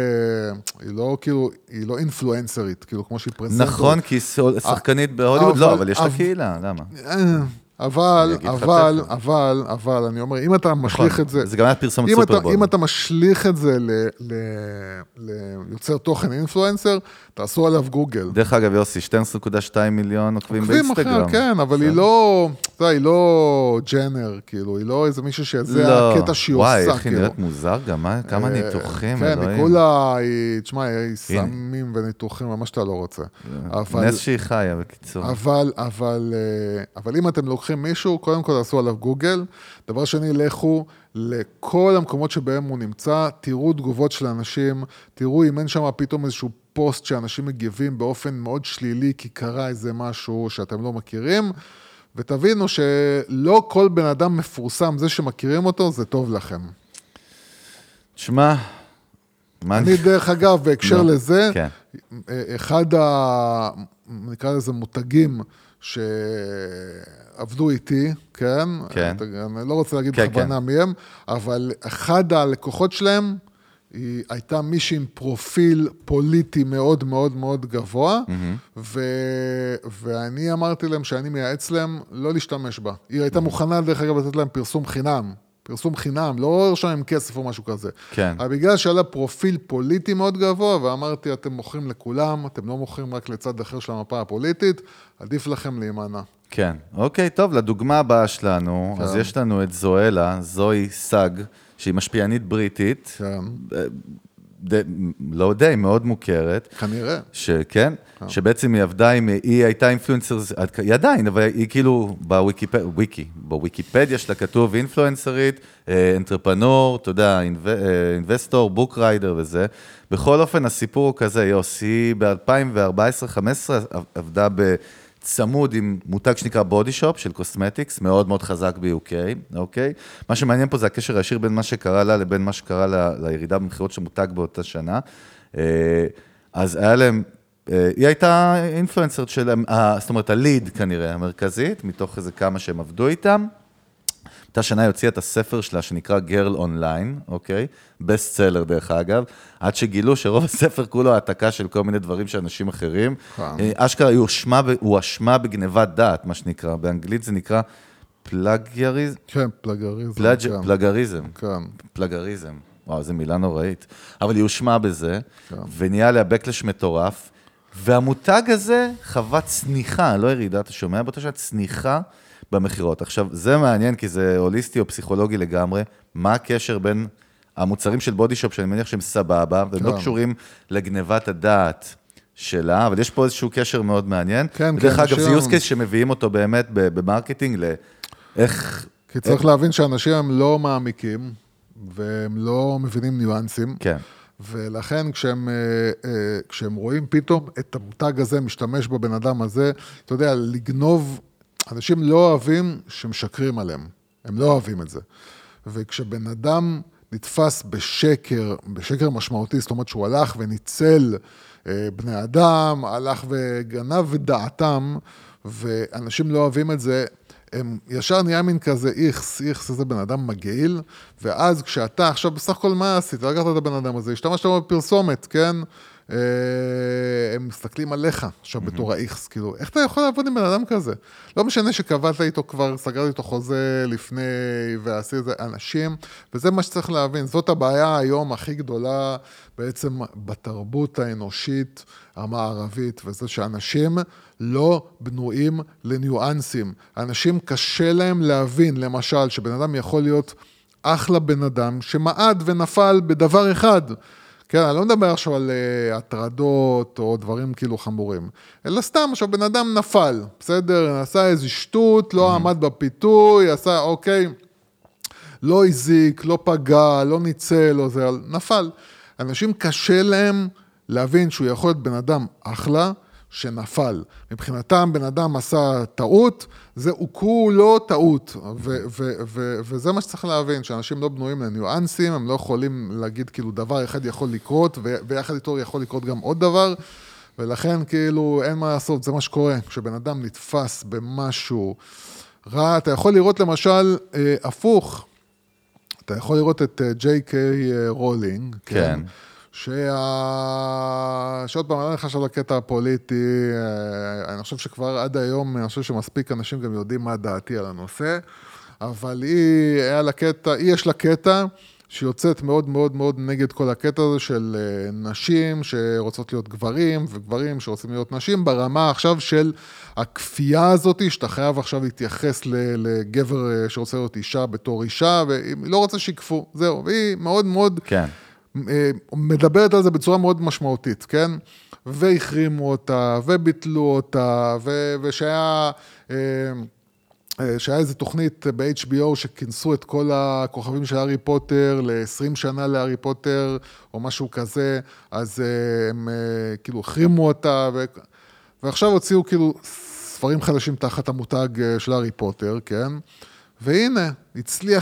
לא אינפלואנסרית, כאילו כמו שהיא פרזנטורית. נכון, כי היא שחקנית בהוליווד, לא, אבל יש לה קהילה, למה? אבל, אני אומר, אם אתה משליך את זה... זה גם היה פרסומת סופרבול. אם אתה משליך את זה ליוצר תוכן אינפלואנסר, תעשו עליו גוגל. דרך אגב, יוסי, 12.2 מיליון עוקבים באינסטגרם. כן, אבל היא לא ג'נר, כאילו, היא לא איזה מישהו שזה הקטע שהיא עושה. וואי, איך היא נראית מוזר גם, כמה ניתוחים, כן, מכולה, תשמע, היא סמים וניתוחים, מה שאתה לא רוצה. נס שהיא חיה, בקיצור. אבל אם אתם לוקחים מישהו, קודם כל תעשו עליו גוגל, דבר שני, לכו לכל המקומות שבהם הוא נמצא, תראו תגובות של אנשים, תראו אם אין שם פתאום איזשהו פוסט שאנשים מגיבים באופן מאוד שלילי, כי קרה איזה משהו שאתם לא מכירים, ותבינו שלא כל בן אדם מפורסם, זה שמכירים אותו, זה טוב לכם. תשמע, אני דרך אגב, בהקשר לזה, אחד נקרא לזה מותגים, שעבדו איתי, כן? אני לא רוצה להגיד בכוונה מהם, אבל אחד הלקוחות שלהם, היא הייתה מישהי עם פרופיל פוליטי מאוד מאוד מאוד גבוה, ואני אמרתי להם שאני מייעץ להם לא להשתמש בה. היא הייתה מוכנה דרך אגב לתת להם פרסום חינם, לא הרשם עם כסף או משהו כזה. אבל בגלל שהיה לה פרופיל פוליטי מאוד גבוה, ואמרתי, אתם מוכרים לכולם, אתם לא מוכרים רק לצד אחר של המפה הפוליטית, עדיף לכם להימנע. כן, אוקיי, טוב, לדוגמה הבאה שלנו, אז יש לנו את זוהי סאג, שהיא משפיענית בריטית, לא די, מאוד מוכרת. כנראה. שכן, שבעצם היא עבדה עם, היא הייתה אינפלואנסר, היא עדיין, אבל היא כאילו בוויקיפדיה שלה כתוב אינפלואנסרית, אנטרפנור, אתה יודע, אינבסטור, בוק ריידר וזה. בכל אופן, הסיפור הוא כזה, יוסי, ב-2014-2015 עבדה צמוד עם מותג שנקרא בודי שופ של קוסמטיקס, מאוד מאוד חזק ב-UK, אוקיי? מה שמעניין פה זה הקשר הישיר בין מה שקרה לה לבין מה שקרה לירידה במחירות של מותג באותה שנה. אז היה להם, היא הייתה אינפלואנסרית שלהם, זאת אומרת, הליד כנראה המרכזית, מתוך איזה כמה שהם עבדו איתם. אותה שנה יוציאה את הספר שלה שנקרא Girl Online, אוקיי? בסט סלר דרך אגב, עד שגילו שרוב הספר כולו העתקה של כל מיני דברים של אנשים אחרים. אשכרה הוא אשמה בגנבת דעת, מה שנקרא. באנגלית זה נקרא פלגריזם. כן, פלגריזם. פלגריזם. פלגריזם. וואו, זו מילה נוראית. אבל היא הושמה בזה, ונהיה לה בקלש מטורף, והמותג הזה חווה צניחה, לא ירידה, אתה שומע באותה שעה צניחה, במחירות. עכשיו, זה מעניין, כי זה הוליסטי או פסיכולוגי לגמרי, מה הקשר בין המוצרים של בודי שופ, שאני מניח שהם סבבה, והם לא קשורים לגנבת הדעת שלה, אבל יש פה איזשהו קשר מאוד מעניין. ודרך אגב, זה יוסקייס שמביאים אותו באמת במרקטינג, לאיך... כי צריך להבין שאנשים הם לא מעמיקים, והם לא מבינים ניואנסים. כן. ולכן כשהם רואים פתאום את המותג הזה, משתמש בבן אדם הזה, אתה יודע, לגנוב... אנשים לא אוהבים שמשקרים עליהם, הם לא אוהבים את זה. וכשבן אדם נתפס בשקר משמעותי, זאת אומרת שהוא הלך וניצל בני אדם, הלך וגנב ודעתם, ואנשים לא אוהבים את זה, הם ישר נהיה מין כזה איכס, איזה בן אדם מגעיל, ואז כשאתה עכשיו בסך הכל מה עשית, לקחת את הבן אדם הזה, השתמשת בפרסומת, כן? הם מסתכלים עליך עכשיו בתור האיכס, כאילו, איך אתה יכול לעבוד עם בן אדם כזה? לא משנה שקבעת איתו כבר, סגרתי איתו חוזה לפני, ועשי את זה אנשים, וזה מה שצריך להבין, זאת הבעיה היום הכי גדולה בעצם בתרבות האנושית המערבית, וזה שאנשים לא בנויים לניואנסים, אנשים קשה להם להבין, למשל, שבן אדם יכול להיות אחלה בן אדם, שמעד ונפל בדבר אחד, כן, אני לא מדבר עכשיו על הטרדות או דברים כאילו חמורים, אלא סתם, עכשיו בן אדם נפל, בסדר, עשה איזו שטות, לא עמד בפיתוי, עשה אוקיי, לא הזיק, לא פגע, לא ניצל, לא זה, נפל. אנשים קשה להם להבין שהוא יכול להיות בן אדם אחלה, שנפל. מבחינתם בן אדם עשה טעות, הוא כולו טעות, וזה מה שצריך להבין, שאנשים לא בנויים לניואנסים, הם לא יכולים להגיד כאילו דבר אחד יכול לקרות, ויחד איתו יכול לקרות גם עוד דבר, ולכן כאילו אין מה לעשות, זה מה שקורה, כשבן אדם נתפס במשהו רע, אתה יכול לראות למשל הפוך, אתה יכול לראות את ג'יי.קיי רולינג, כן. שעוד פעם, אני חושב לקטע הפוליטי, אני חושב שכבר עד היום, אני חושב שמספיק אנשים גם יודעים מה דעתי על הנושא, אבל יש לה קטע שיוצאת מאוד מאוד מאוד נגד כל הקטע הזה של נשים שרוצות להיות גברים, וגברים שרוצים להיות נשים, ברמה עכשיו של הכפייה הזאת, שאתה חייב עכשיו להתייחס לגבר שרוצה להיות אישה בתור אישה, והיא לא רוצה שיקפו, זהו, והיא מאוד מאוד... כן. מדברת על זה בצורה מאוד משמעותית, כן? והחרימו אותה, וביטלו אותה, ושהיה איזו תוכנית ב-HBO שכינסו את כל הכוכבים של הארי פוטר ל-20 שנה להארי פוטר, או משהו כזה, אז הם כאילו החרימו אותה, ועכשיו הוציאו כאילו ספרים חדשים תחת המותג של הארי פוטר, כן? והנה, הצליח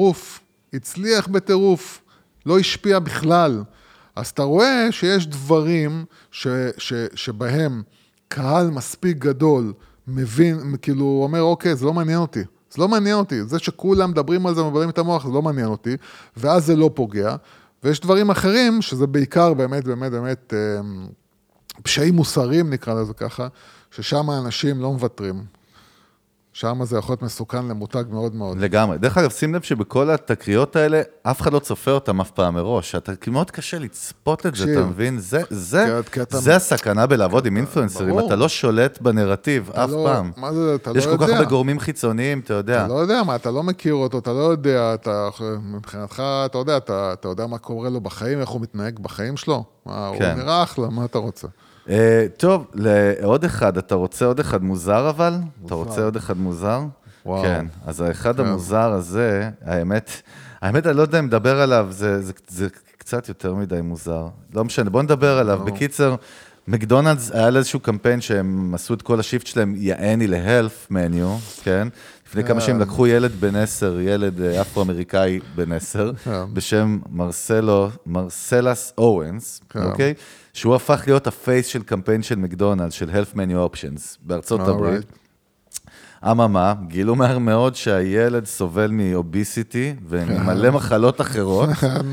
בטירוף. לא השפיע בכלל. אז אתה רואה שיש דברים שבהם קהל מספיק גדול מבין, כאילו אומר, אוקיי, זה לא מעניין אותי. זה שכולם מדברים על זה, מבלים את המוח, זה לא מעניין אותי, ואז זה לא פוגע. ויש דברים אחרים, שזה בעיקר באמת, פשעים מוסריים נקרא לזה ככה, ששם האנשים לא מוותרים. שם זה יכול להיות מסוכן למותג מאוד מאוד. לגמרי. דרך אגב, שים לב שבכל התקריות האלה, אף אחד לא צופה אותם אף פעם מראש. אתה מאוד קשה לצפות את זה, אתה מבין? זה הסכנה בלעבוד עם אינפלואנסרים. אתה לא שולט בנרטיב אף פעם. מה זה, אתה לא יודע. יש כל כך הרבה גורמים חיצוניים, אתה יודע. אתה לא יודע מה, אתה לא מכיר אותו, אתה לא יודע, מבחינתך, אתה יודע מה קורה לו בחיים, איך הוא מתנהג בחיים שלו? הוא נראה אחלה, מה אתה רוצה? טוב, לעוד אחד, אתה רוצה עוד אחד מוזר אבל? אתה רוצה עוד אחד מוזר? כן, אז האחד המוזר הזה, האמת, אני לא יודע אם מדבר עליו, זה קצת יותר מדי מוזר. לא משנה, בוא נדבר עליו. בקיצר, מקדונלדס היה לאיזשהו קמפיין שהם עשו את כל השיפט שלהם, יעני להלף מניו, כן? לפני כמה שהם לקחו ילד בן 10, ילד אפרו-אמריקאי בן 10, בשם מרסלס אורנס, אוקיי? שהוא הפך להיות הפייס של קמפיין של מקדונלדס, של health menu options, בארצות הברית. אממה, גילו מהר מאוד שהילד סובל מאוביסיטי, וממלא מחלות אחרות,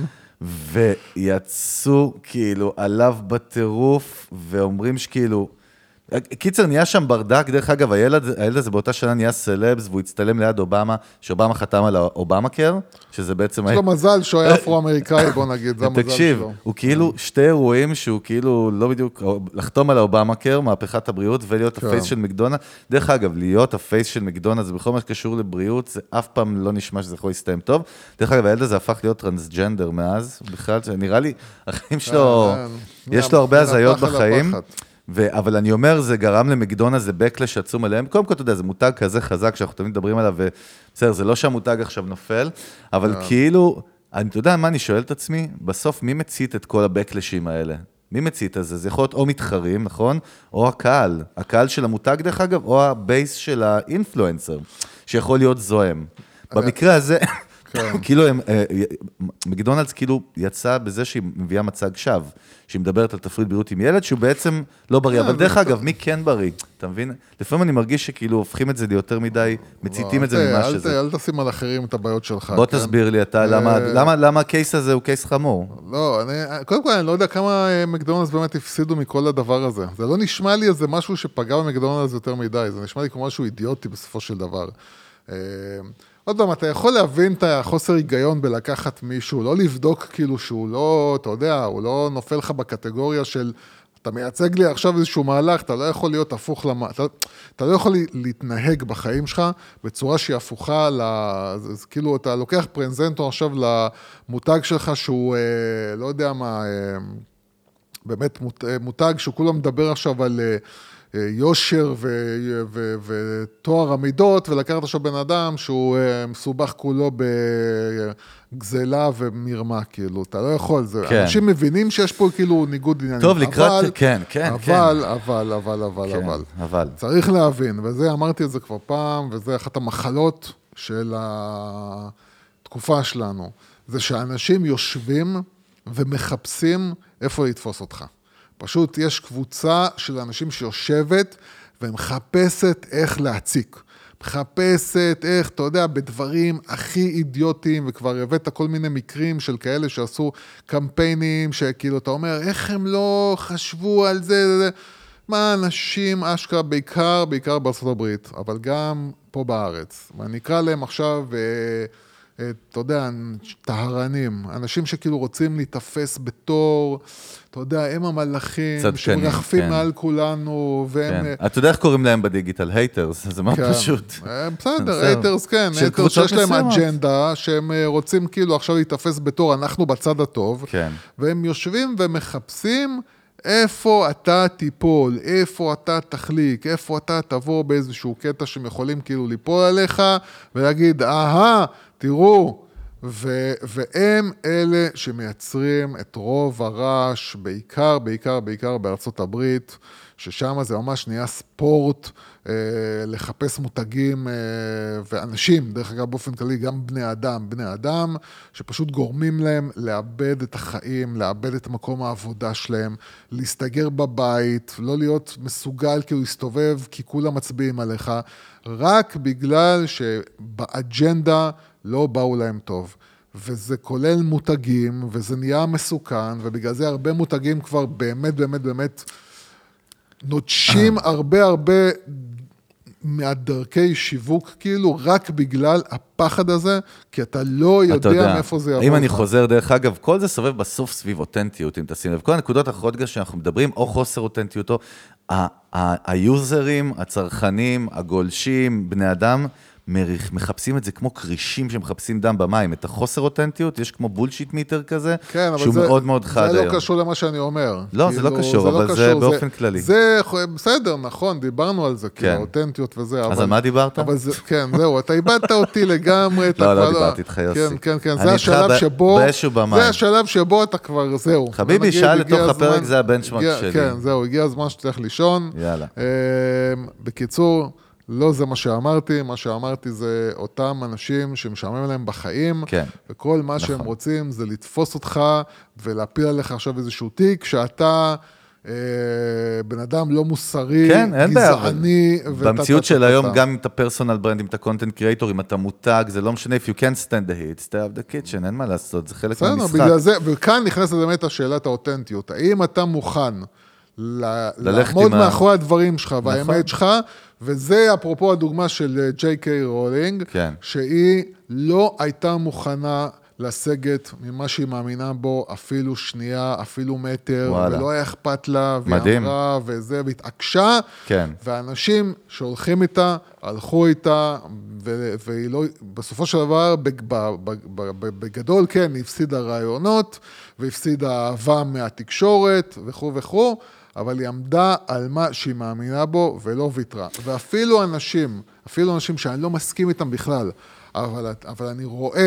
ויצאו כאילו עליו בטירוף, ואומרים שכאילו, קיצר נהיה שם ברדק, דרך אגב, הילד הזה באותה שנה נהיה סלבס, והוא הצטלם ליד אובמה, שאובמה חתם על האובמה קר, שזה בעצם... יש לו מזל שהוא היה אפרו-אמריקאי, בוא נגיד, זה המזל שלו. תקשיב, הוא כאילו שתי אירועים שהוא כאילו לא בדיוק, לחתום על האובמה קר, מהפכת הבריאות, ולהיות הפייס של מקדונלד. דרך אגב, להיות הפייס של מקדונלד, זה בכל מה שקשור לבריאות, זה אף פעם לא נשמע שזה יכול להסתיים טוב. דרך אגב, הילד הזה הפך להיות טרנסג'נדר מאז, בכלל, נראה לי, החיים שלו, יש לו הרבה הזיות בחיים. אבל אני אומר, זה גרם למקדונלדס, זה בקלש עצום עליהם. קודם כל, אתה יודע, זה מותג כזה חזק, שאנחנו תמיד מדברים עליו, ובסדר, זה לא שהמותג עכשיו נופל, אבל כאילו, אתה יודע מה אני שואל את עצמי? בסוף, מי מצית את כל הבקלשים האלה? מי מצית את זה? זה יכול להיות או מתחרים, נכון? או הקהל. הקהל של המותג, דרך אגב, או הבייס של האינפלואנסר, שיכול להיות זוהם. במקרה הזה, כאילו, מקדונלדס כאילו יצא בזה שהיא מביאה מצג שווא, שהיא מדברת על תפריט בריאות עם ילד, שהוא בעצם לא בריא, אבל דרך אגב, מי כן בריא? אתה מבין? לפעמים אני מרגיש שכאילו הופכים את זה ליותר מדי, מציתים את זה ממה שזה. אל תשים על אחרים את הבעיות שלך. בוא תסביר לי אתה, למה הקייס הזה הוא קייס חמור? לא, קודם כל אני לא יודע כמה מקדונלדס באמת הפסידו מכל הדבר הזה. זה לא נשמע לי איזה משהו שפגע במקדונלדס יותר מדי, זה נשמע לי כמו משהו אידיוטי בסופו של דבר. עוד פעם, אתה יכול להבין את החוסר היגיון בלקחת מישהו, לא לבדוק כאילו שהוא לא, אתה יודע, הוא לא נופל לך בקטגוריה של, אתה מייצג לי עכשיו איזשהו מהלך, אתה לא יכול להיות הפוך, אתה לא יכול להתנהג בחיים שלך בצורה שהיא הפוכה, כאילו אתה לוקח פרזנטור עכשיו למותג שלך שהוא, לא יודע מה, באמת מותג שהוא כולו מדבר עכשיו על יושר ותואר המידות, ולקחת עכשיו בן אדם שהוא מסובך כולו בגזלה ומרמה, כאילו, אתה לא יכול, כן. אנשים מבינים שיש פה כאילו ניגוד עניינים. טוב, לקראת, כן. אבל, צריך להבין, וזה, אמרתי את זה כבר פעם, וזה אחת המחלות של התקופה שלנו, זה שאנשים יושבים ומחפשים איפה לתפוס אותך. פשוט יש קבוצה של אנשים שיושבת ומחפשת איך להציק. מחפשת איך, אתה יודע, בדברים הכי אידיוטיים, וכבר הבאת כל מיני מקרים של כאלה שעשו קמפיינים, שכאילו אתה אומר, איך הם לא חשבו על זה, מה אנשים אשכרה בעיקר בארצות הברית, אבל גם פה בארץ. ואני אקרא להם עכשיו, אתה יודע, טהרנים, אנשים שכאילו רוצים להתאפס בתור, אתה יודע, הם המלאכים, שמרחפים מעל כולנו, והם... אתה יודע איך קוראים להם בדיגיטל? הייטרס, זה מאוד פשוט. בסדר, הייטרס, כן, הייטרס שיש להם אג'נדה, שהם רוצים כאילו עכשיו להתאפס בתור, אנחנו בצד הטוב, והם יושבים ומחפשים איפה אתה תיפול, איפה אתה תחליק, איפה אתה תבוא באיזשהו קטע שהם יכולים כאילו ליפול עליך, ולהגיד, תראו, והם אלה שמייצרים את רוב הרעש, בעיקר בארצות הברית, ששם זה ממש נהיה ספורט, לחפש מותגים ואנשים, דרך אגב באופן כללי גם בני אדם, שפשוט גורמים להם לאבד את החיים, לאבד את מקום העבודה שלהם, להסתגר בבית, לא להיות מסוגל כאילו להסתובב, כי כולם מצביעים עליך, רק בגלל שבאג'נדה לא באו להם טוב. וזה כולל מותגים, וזה נהיה מסוכן, ובגלל זה הרבה מותגים כבר באמת נוטשים הרבה מהדרכי שיווק, כאילו, רק בגלל הפחד הזה, כי אתה לא יודע מאיפה זה יבוא. אם אני חוזר, דרך אגב, כל זה סובב בסוף סביב אותנטיות, אם תשים לב. כל הנקודות האחרות שאנחנו מדברים, או חוסר אותנטיות, או היוזרים, הצרכנים, הגולשים, בני אדם, מחפשים את זה כמו קרישים שמחפשים דם במים. את החוסר אותנטיות, יש כמו בולשיט מיטר כזה, שהוא מאוד מאוד חד היום. זה לא קשור למה שאני אומר. לא, זה לא קשור, אבל זה באופן כללי. זה בסדר, נכון, דיברנו על זה, כאילו, אותנטיות וזה. אז על מה דיברת? כן, זהו, אתה איבדת אותי לגמרי. לא דיברתי איתך יוסי. כן, זה השלב שבו אתה כבר, זהו. חביבי, שעה לתוך הפרק זה הבנצ'מארק שלי. כן, זהו, הגיע הזמן שתלך לישון. יאללה. בקיצור, לא זה מה שאמרתי, מה שאמרתי זה אותם אנשים שמשעמם להם בחיים, כן. וכל מה שהם רוצים זה לתפוס אותך ולהפיל עליך עכשיו איזשהו תיק, שאתה בן אדם לא מוסרי, כן, גזעני. במציאות של היום, גם אם אתה פרסונל ברנד, אם אתה קונטנט קריאטור, אם אתה מותג, זה לא משנה, if you can't stand the heat, stay out the kitchen, אין מה לעשות, זה חלק מהמשחק. בגלל זה, וכאן נכנסת באמת השאלת האותנטיות, האם אתה מוכן לעמוד מאחורי הדברים שלך והאמת שלך, וזה אפרופו הדוגמה של ג'יי.קיי רולינג, שהיא לא הייתה מוכנה לסגת ממה שהיא מאמינה בו, אפילו שנייה, אפילו מטר, ולא היה אכפת לה, והיא אמרה, וזה, והתעקשה, ואנשים שהולכים איתה, הלכו איתה, והיא לא, בסופו של דבר, בגדול, כן, היא הפסידה רעיונות, והפסידה אהבה מהתקשורת, וכו', אבל היא עמדה על מה שהיא מאמינה בו, ולא ויתרה. ואפילו אנשים שאני לא מסכים איתם בכלל, אבל אני רואה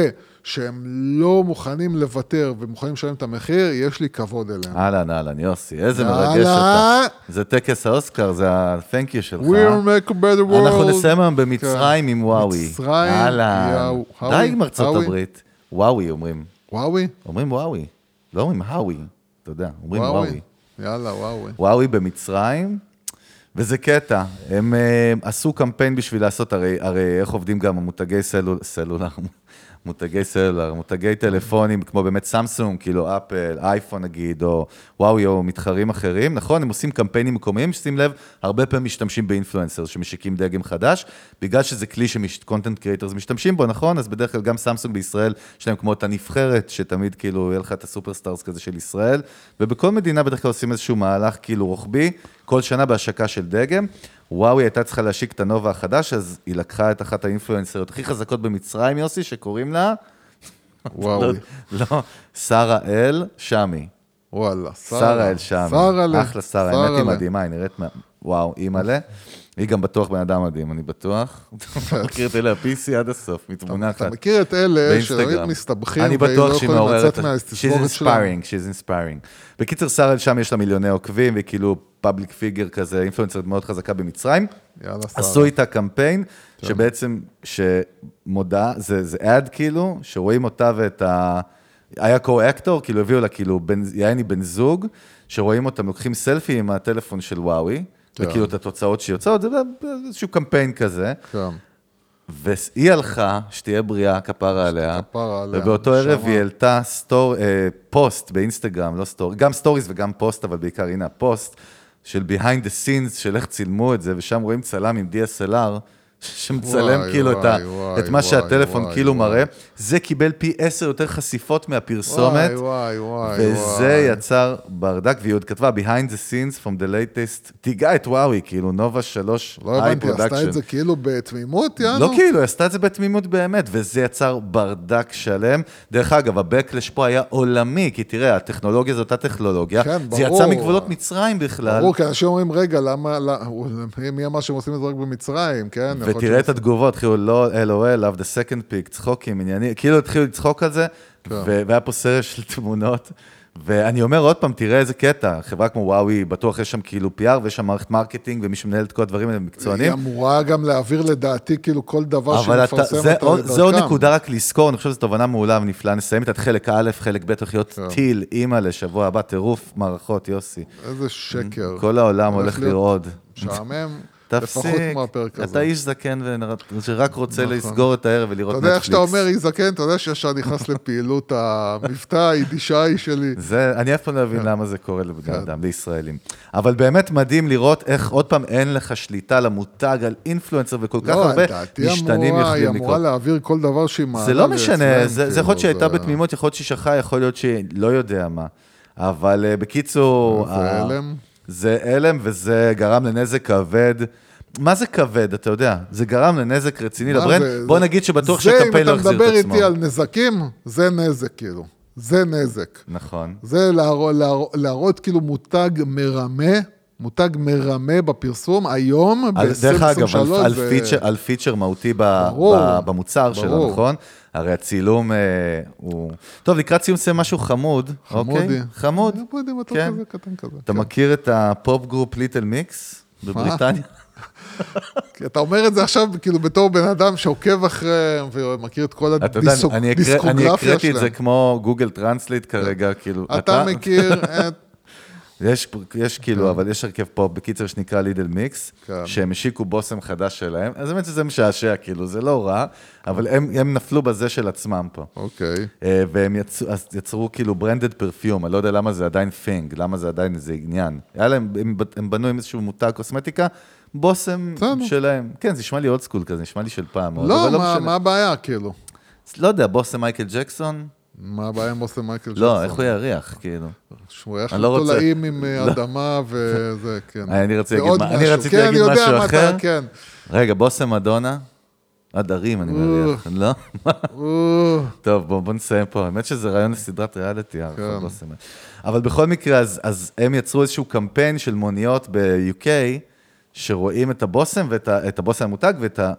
שהם לא מוכנים לוותר ומוכנים לשלם את המחיר, יש לי כבוד אליהם. אהלן, יוסי, איזה מרגש אתה. זה טקס האוסקר, זה ה-thank you שלך. We'll make a better world. אנחנו נסיים היום במצרים עם וואוי. מצרים, אהלן. די עם ארצות הברית. וואוי אומרים. וואוי? אומרים וואוי. לא אומרים הווי, אתה יודע, אומרים וואוי. יאללה, וואוי. וואוי במצרים, וזה קטע. הם עשו קמפיין בשביל לעשות, הרי איך עובדים גם המותגי סלולר, מותגי טלפונים, כמו באמת סמסונג, כאילו אפל, אייפון נגיד, או וואוי, או מתחרים אחרים, נכון? הם עושים קמפיינים מקומיים, ששים לב, הרבה פעמים משתמשים באינפלואנסר, שמשיקים דגם חדש, בגלל שזה כלי שקונטנט קריאטרס משתמשים בו, נכון? אז בדרך כלל גם סמסונג בישראל, יש להם כמו את הנבחרת, שתמיד כאילו יהיה לך את הסופרסטארס כזה של ישראל, ובכל מדינה בדרך כלל עושים איזשהו מהלך כאילו רוחבי, כל שנה בהשקה של דגם, וואוי הייתה צריכה להשיק את הנובה החדש, אז היא לקחה את אחת האינפלואנסריות הכי חזקות במצרים, יוסי, שקוראים לה... וואוי. לא, שרה אל שמי. וואלה, שרה אל שמי. אחלה שרה, האמת היא מדהימה, היא נראית... וואו, היא מלא. היא גם בטוח בן אדם מדהים, אני בטוח. אתה מכיר את אלה ה-PC עד הסוף, מתמונה אחת. אתה מכיר את אלה שראים מסתבכים, אני בטוח שהיא מעוררת... מהתספורת שלהם. She's inspiring. בקיצר, שרה אל שמי יש לה מיליוני עוקבים, והיא כאילו פאבליק פיגר כזה, אינפלואנסרית מאוד חזקה במצרים. עשו איתה קמפיין, שבעצם, שמודע, זה אד כאילו, שרואים אותה ואת ה... היה קו-אקטור, כאילו הביאו לה כאילו, יעני בן זוג, שרואים אותם, לוקחים סלפי עם הטלפון של וואוי, וכאילו את התוצאות שיוצאות, זה איזשהו קמפיין כזה. והיא הלכה, שתהיה בריאה, כפרה עליה, ובאותו ערב היא העלתה פוסט באינסטגרם, לא סטורי, גם סטוריז וגם פוסט, אבל בעיקר הנה הפוסט, של behind the scenes, של איך צילמו את זה, ושם רואים צלם עם DSLR, שמצלם כאילו את מה שהטלפון כאילו מראה, זה קיבל פי 10 יותר חשיפות מהפרסומת, וזה יצר ברדק, והיא עוד כתבה, behind the scenes from the latest, תיגע את וואוי, כאילו נובה 3, לא הבנתי, עשתה את זה כאילו בתמימות, יאנו? לא כאילו, עשתה את זה בתמימות באמת, וזה יצר ברדק שלם, דרך אגב, הבקלש פה היה עולמי, כי תראה, הטכנולוגיה זאת הטכנולוגיה, זה יצא מגבולות מצרים בכלל. ברור, כי אנשים אומרים, רגע, מי אמר שהם עושים את זה רק במצרים, כן? ותראה את התגובות, התחילו לא LOL, love the second pick, צחוקים, עניינים, כאילו התחילו לצחוק על זה, והיה פה סרט של תמונות, ואני אומר עוד פעם, תראה איזה קטע, חברה כמו וואוי, בטוח יש שם כאילו PR, ויש שם מערכת מרקטינג, ומי שמנהל את כל הדברים האלה מקצוענים. היא אמורה גם להעביר לדעתי כאילו כל דבר שמפרסם אותו לדרכם. זה עוד נקודה רק לזכור, אני חושב שזו תובנה מעולה ונפלאה, נסיים את חלק א', חלק ב', הולכיות טיל, אימא לשבוע הבא, טירוף מערכות, יוסי. איזה שקר. כל העולם הולך לרעוד. משעמם. תפסיק, אתה איש זקן שרק רוצה לסגור את הערב ולראות נטפליקס. אתה יודע איך שאתה אומר איש זקן, אתה יודע שישר נכנס לפעילות המבטא היידישאי שלי. אני אף פעם לא מבין למה זה קורה לבני אדם, לישראלים. אבל באמת מדהים לראות איך עוד פעם אין לך שליטה למותג, על אינפלואנסר וכל כך הרבה משתנים יכולים לקרות. היא אמורה להעביר כל דבר שהיא מעלה. זה לא משנה, זה יכול להיות שהייתה בתמימות, יכול להיות שהיא שכחה, יכול להיות שהיא לא יודע מה. אבל בקיצור... זה אלם, וזה גרם לנזק כבד. מה זה כבד, אתה יודע? זה גרם לנזק רציני לברנד. בוא נגיד שבטוח שקמפיין לא החזיר את עצמו. אם אתה מדבר איתי על נזקים, זה נזק כאילו. זה נזק. נכון. זה להראות כאילו מותג מרמה בפרסום, היום, דרך אגב, על פיצ'ר מהותי במוצר שלו, נכון? הרי הצילום הוא... טוב, לקראת סיום זה משהו חמוד. חמודי. חמוד. לא יודעים, אתה כזה קטן כזה. אתה מכיר את הפופ גרופ ליטל מיקס בבריטניה? אתה אומר את זה עכשיו כאילו בתור בן אדם שעוקב אחריהם ומכיר את כל הדיסקוגרפיה שלהם. אני הקראתי את זה כמו גוגל טרנסליט כרגע, כאילו... אתה מכיר את... יש כאילו, אבל יש הרכב פה בקיצר שנקרא לידל מיקס, שהם השיקו בוסם חדש שלהם, אז באמת שזה משעשע, כאילו, זה לא רע, אבל הם נפלו בזה של עצמם פה. אוקיי. והם יצרו כאילו ברנדד פרפיום, אני לא יודע למה זה עדיין פינג, למה זה עדיין איזה עניין. הם בנו עם איזשהו מותג קוסמטיקה, בוסם שלהם. כן, זה נשמע לי אולד סקול כזה, נשמע לי של פעם. לא, מה הבעיה, כאילו? לא יודע, בוסם מייקל ג'קסון, מה הבעיה עם בוסם מייקל ג'קסון? לא, איך הוא יריח, כאילו. שהוא היה תולעים עם אדמה וזה, כן. אני רציתי להגיד משהו אחר. רגע, בוסם מדונה, הדרים, אני מריח, לא? טוב, בוא נסיים פה. האמת שזה רעיון לסדרת ריאליטי, אבל בכל מקרה, אז הם יצרו איזשהו קמפיין של מוניות ב-UK, שרואים את הבוסם, את הבוסם המותג, ואת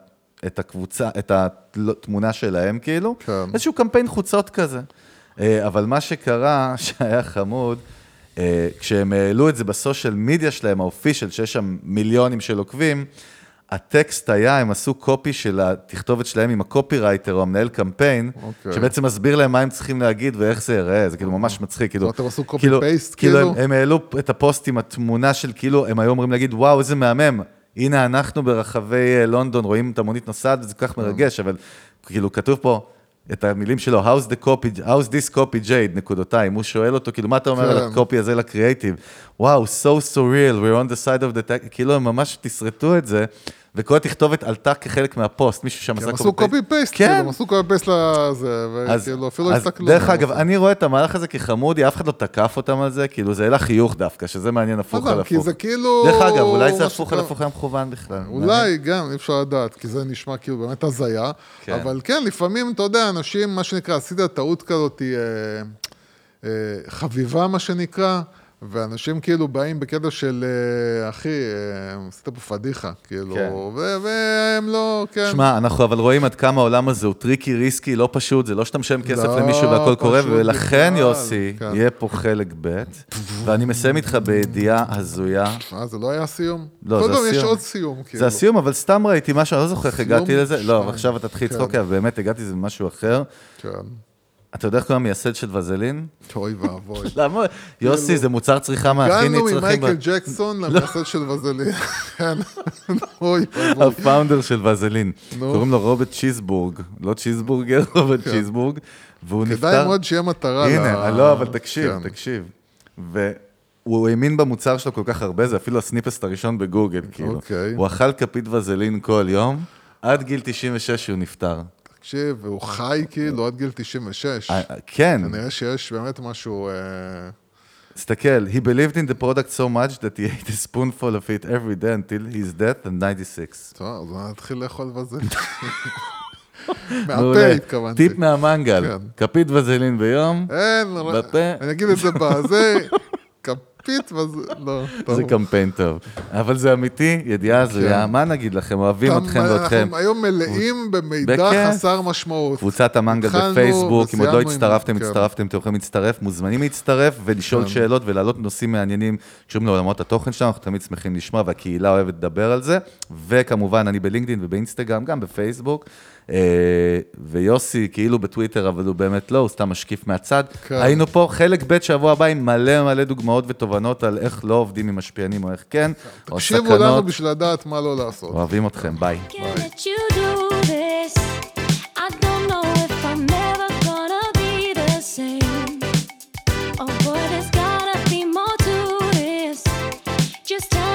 את הקבוצה, את התמונה שלהם, כאילו, כן. איזשהו קמפיין חוצות כזה. אבל מה שקרה, שהיה חמוד, כשהם העלו את זה בסושיאל מדיה שלהם, האופישל, שיש שם מיליונים של עוקבים, הטקסט היה, הם עשו קופי של התכתובת שלהם עם הקופירייטר או המנהל קמפיין, שבעצם מסביר להם מה הם צריכים להגיד ואיך זה יראה, זה כאילו ממש מצחיק. כאילו, אתם עשו קופי פייסט, כאילו? הם העלו את הפוסט עם התמונה של כאילו, הם היו אומרים להגיד, וואו, איזה מהמם, הנה אנחנו ברחבי לונדון, רואים את המונית נוסעת, וזה כל כך מרגש, אבל כאילו כתוב פה, את המילים שלו, how's this copy Jade, נקודותיים, הוא שואל אותו, כאילו, מה אתה אומר על הקופי הזה לקריאייטיב? וואו, so real, we're on the side of the tech, כאילו, הם ממש תסרטו את זה, וכל התכתובת עלתה כחלק מהפוסט, מישהו שם עשה עשו קופי פייסט, כאילו, הם עשו קופי פייסט לזה, וכאילו, אפילו הסתכלו. דרך אגב, אני רואה את המהלך הזה כחמודי, אף אחד לא תקף אותם על זה, כאילו, זה העלה חיוך דווקא, שזה מעניין הפוך על הפוך. כי זה כאילו... דרך אגב, אולי זה הפוך על הפוך היה מכוון בכלל. אולי, גם, אי אפשר לדעת, כי זה נשמע כאילו באמת הזיה, אבל כן, לפעמים, אתה יודע, אנשים, מה שנקרא, עשית טעות כזאת, חביבה, מה שנקרא, ואנשים כאילו באים בקטע של, אחי, עשית פה פדיחה, כאילו, והם לא, כן. שמע, אנחנו אבל רואים עד כמה העולם הזה הוא טריקי, ריסקי, לא פשוט, זה לא שאתה משלם כסף למישהו והכל קורה, ולכן, יוסי, יהיה פה חלק ב', ואני מסיים איתך בידיעה הזויה. זה לא היה סיום? לא, זה הסיום. קודם יש עוד סיום, כאילו. זה הסיום, אבל סתם ראיתי משהו, אני לא זוכר איך הגעתי לזה, לא, עכשיו אתה תחיל צחוק, באמת הגעתי לזה משהו אחר. כן. אתה יודע איך קוראים מייסד של וזלין? אוי ואבוי. למה? יוסי, זה מוצר צריכה מהכי נצרכים. הגענו ממייקל ג'קסון למייסד של וזלין. אוי ואבוי. הפאונדר של וזלין. קוראים לו רוברט צ'יזבורג. לא צ'יזבורגר, רוברט צ'יזבורג. והוא נפטר... כדאי מאוד שיהיה מטרה. הנה, לא, אבל תקשיב. והוא האמין במוצר שלו כל כך הרבה, זה אפילו הסניפסט הראשון בגוגל, כאילו. הוא אכל כפית וזלין כל יום, עד גיל 96 הוא נפטר. תקשיב, והוא חי כאילו עד גיל 96. כן. כנראה שיש באמת משהו... תסתכל, he believed in the product so much that he ate a spoonful of it every day until his death at 96. טוב, אז נתחיל לאכול וזלין. מהפה התכוונתי. טיפ מהמנגל, כפית וזלין ביום, בפה. אני אגיד את זה בזה, כפית לא. זה קמפיין טוב. אבל זה אמיתי, ידיעה הזויה. מה נגיד לכם? אוהבים אתכם ואתכם. אנחנו היום מלאים במידע חסר משמעות. קבוצת המנגל בפייסבוק, אם עוד לא הצטרפתם, אתם יכולים להצטרף, מוזמנים להצטרף ולשאול שאלות ולהעלות נושאים מעניינים שקשורים לעולמות התוכן שלנו, אנחנו תמיד שמחים לשמוע והקהילה אוהבת לדבר על זה. וכמובן, אני בלינקדאין ובאינסטגרם, גם בפייסבוק. ויוסי כאילו בטוויטר, אבל הוא באמת לא, הוא סתם משקיף מהצד. היינו פה חלק ב' שבוע הבא עם מלא דוגמאות ותובנות על איך לא עובדים עם משפיענים או איך כן, או סכנות. תקשיבו לנו בשביל לדעת מה לא לעשות. אוהבים אתכם, ביי. Just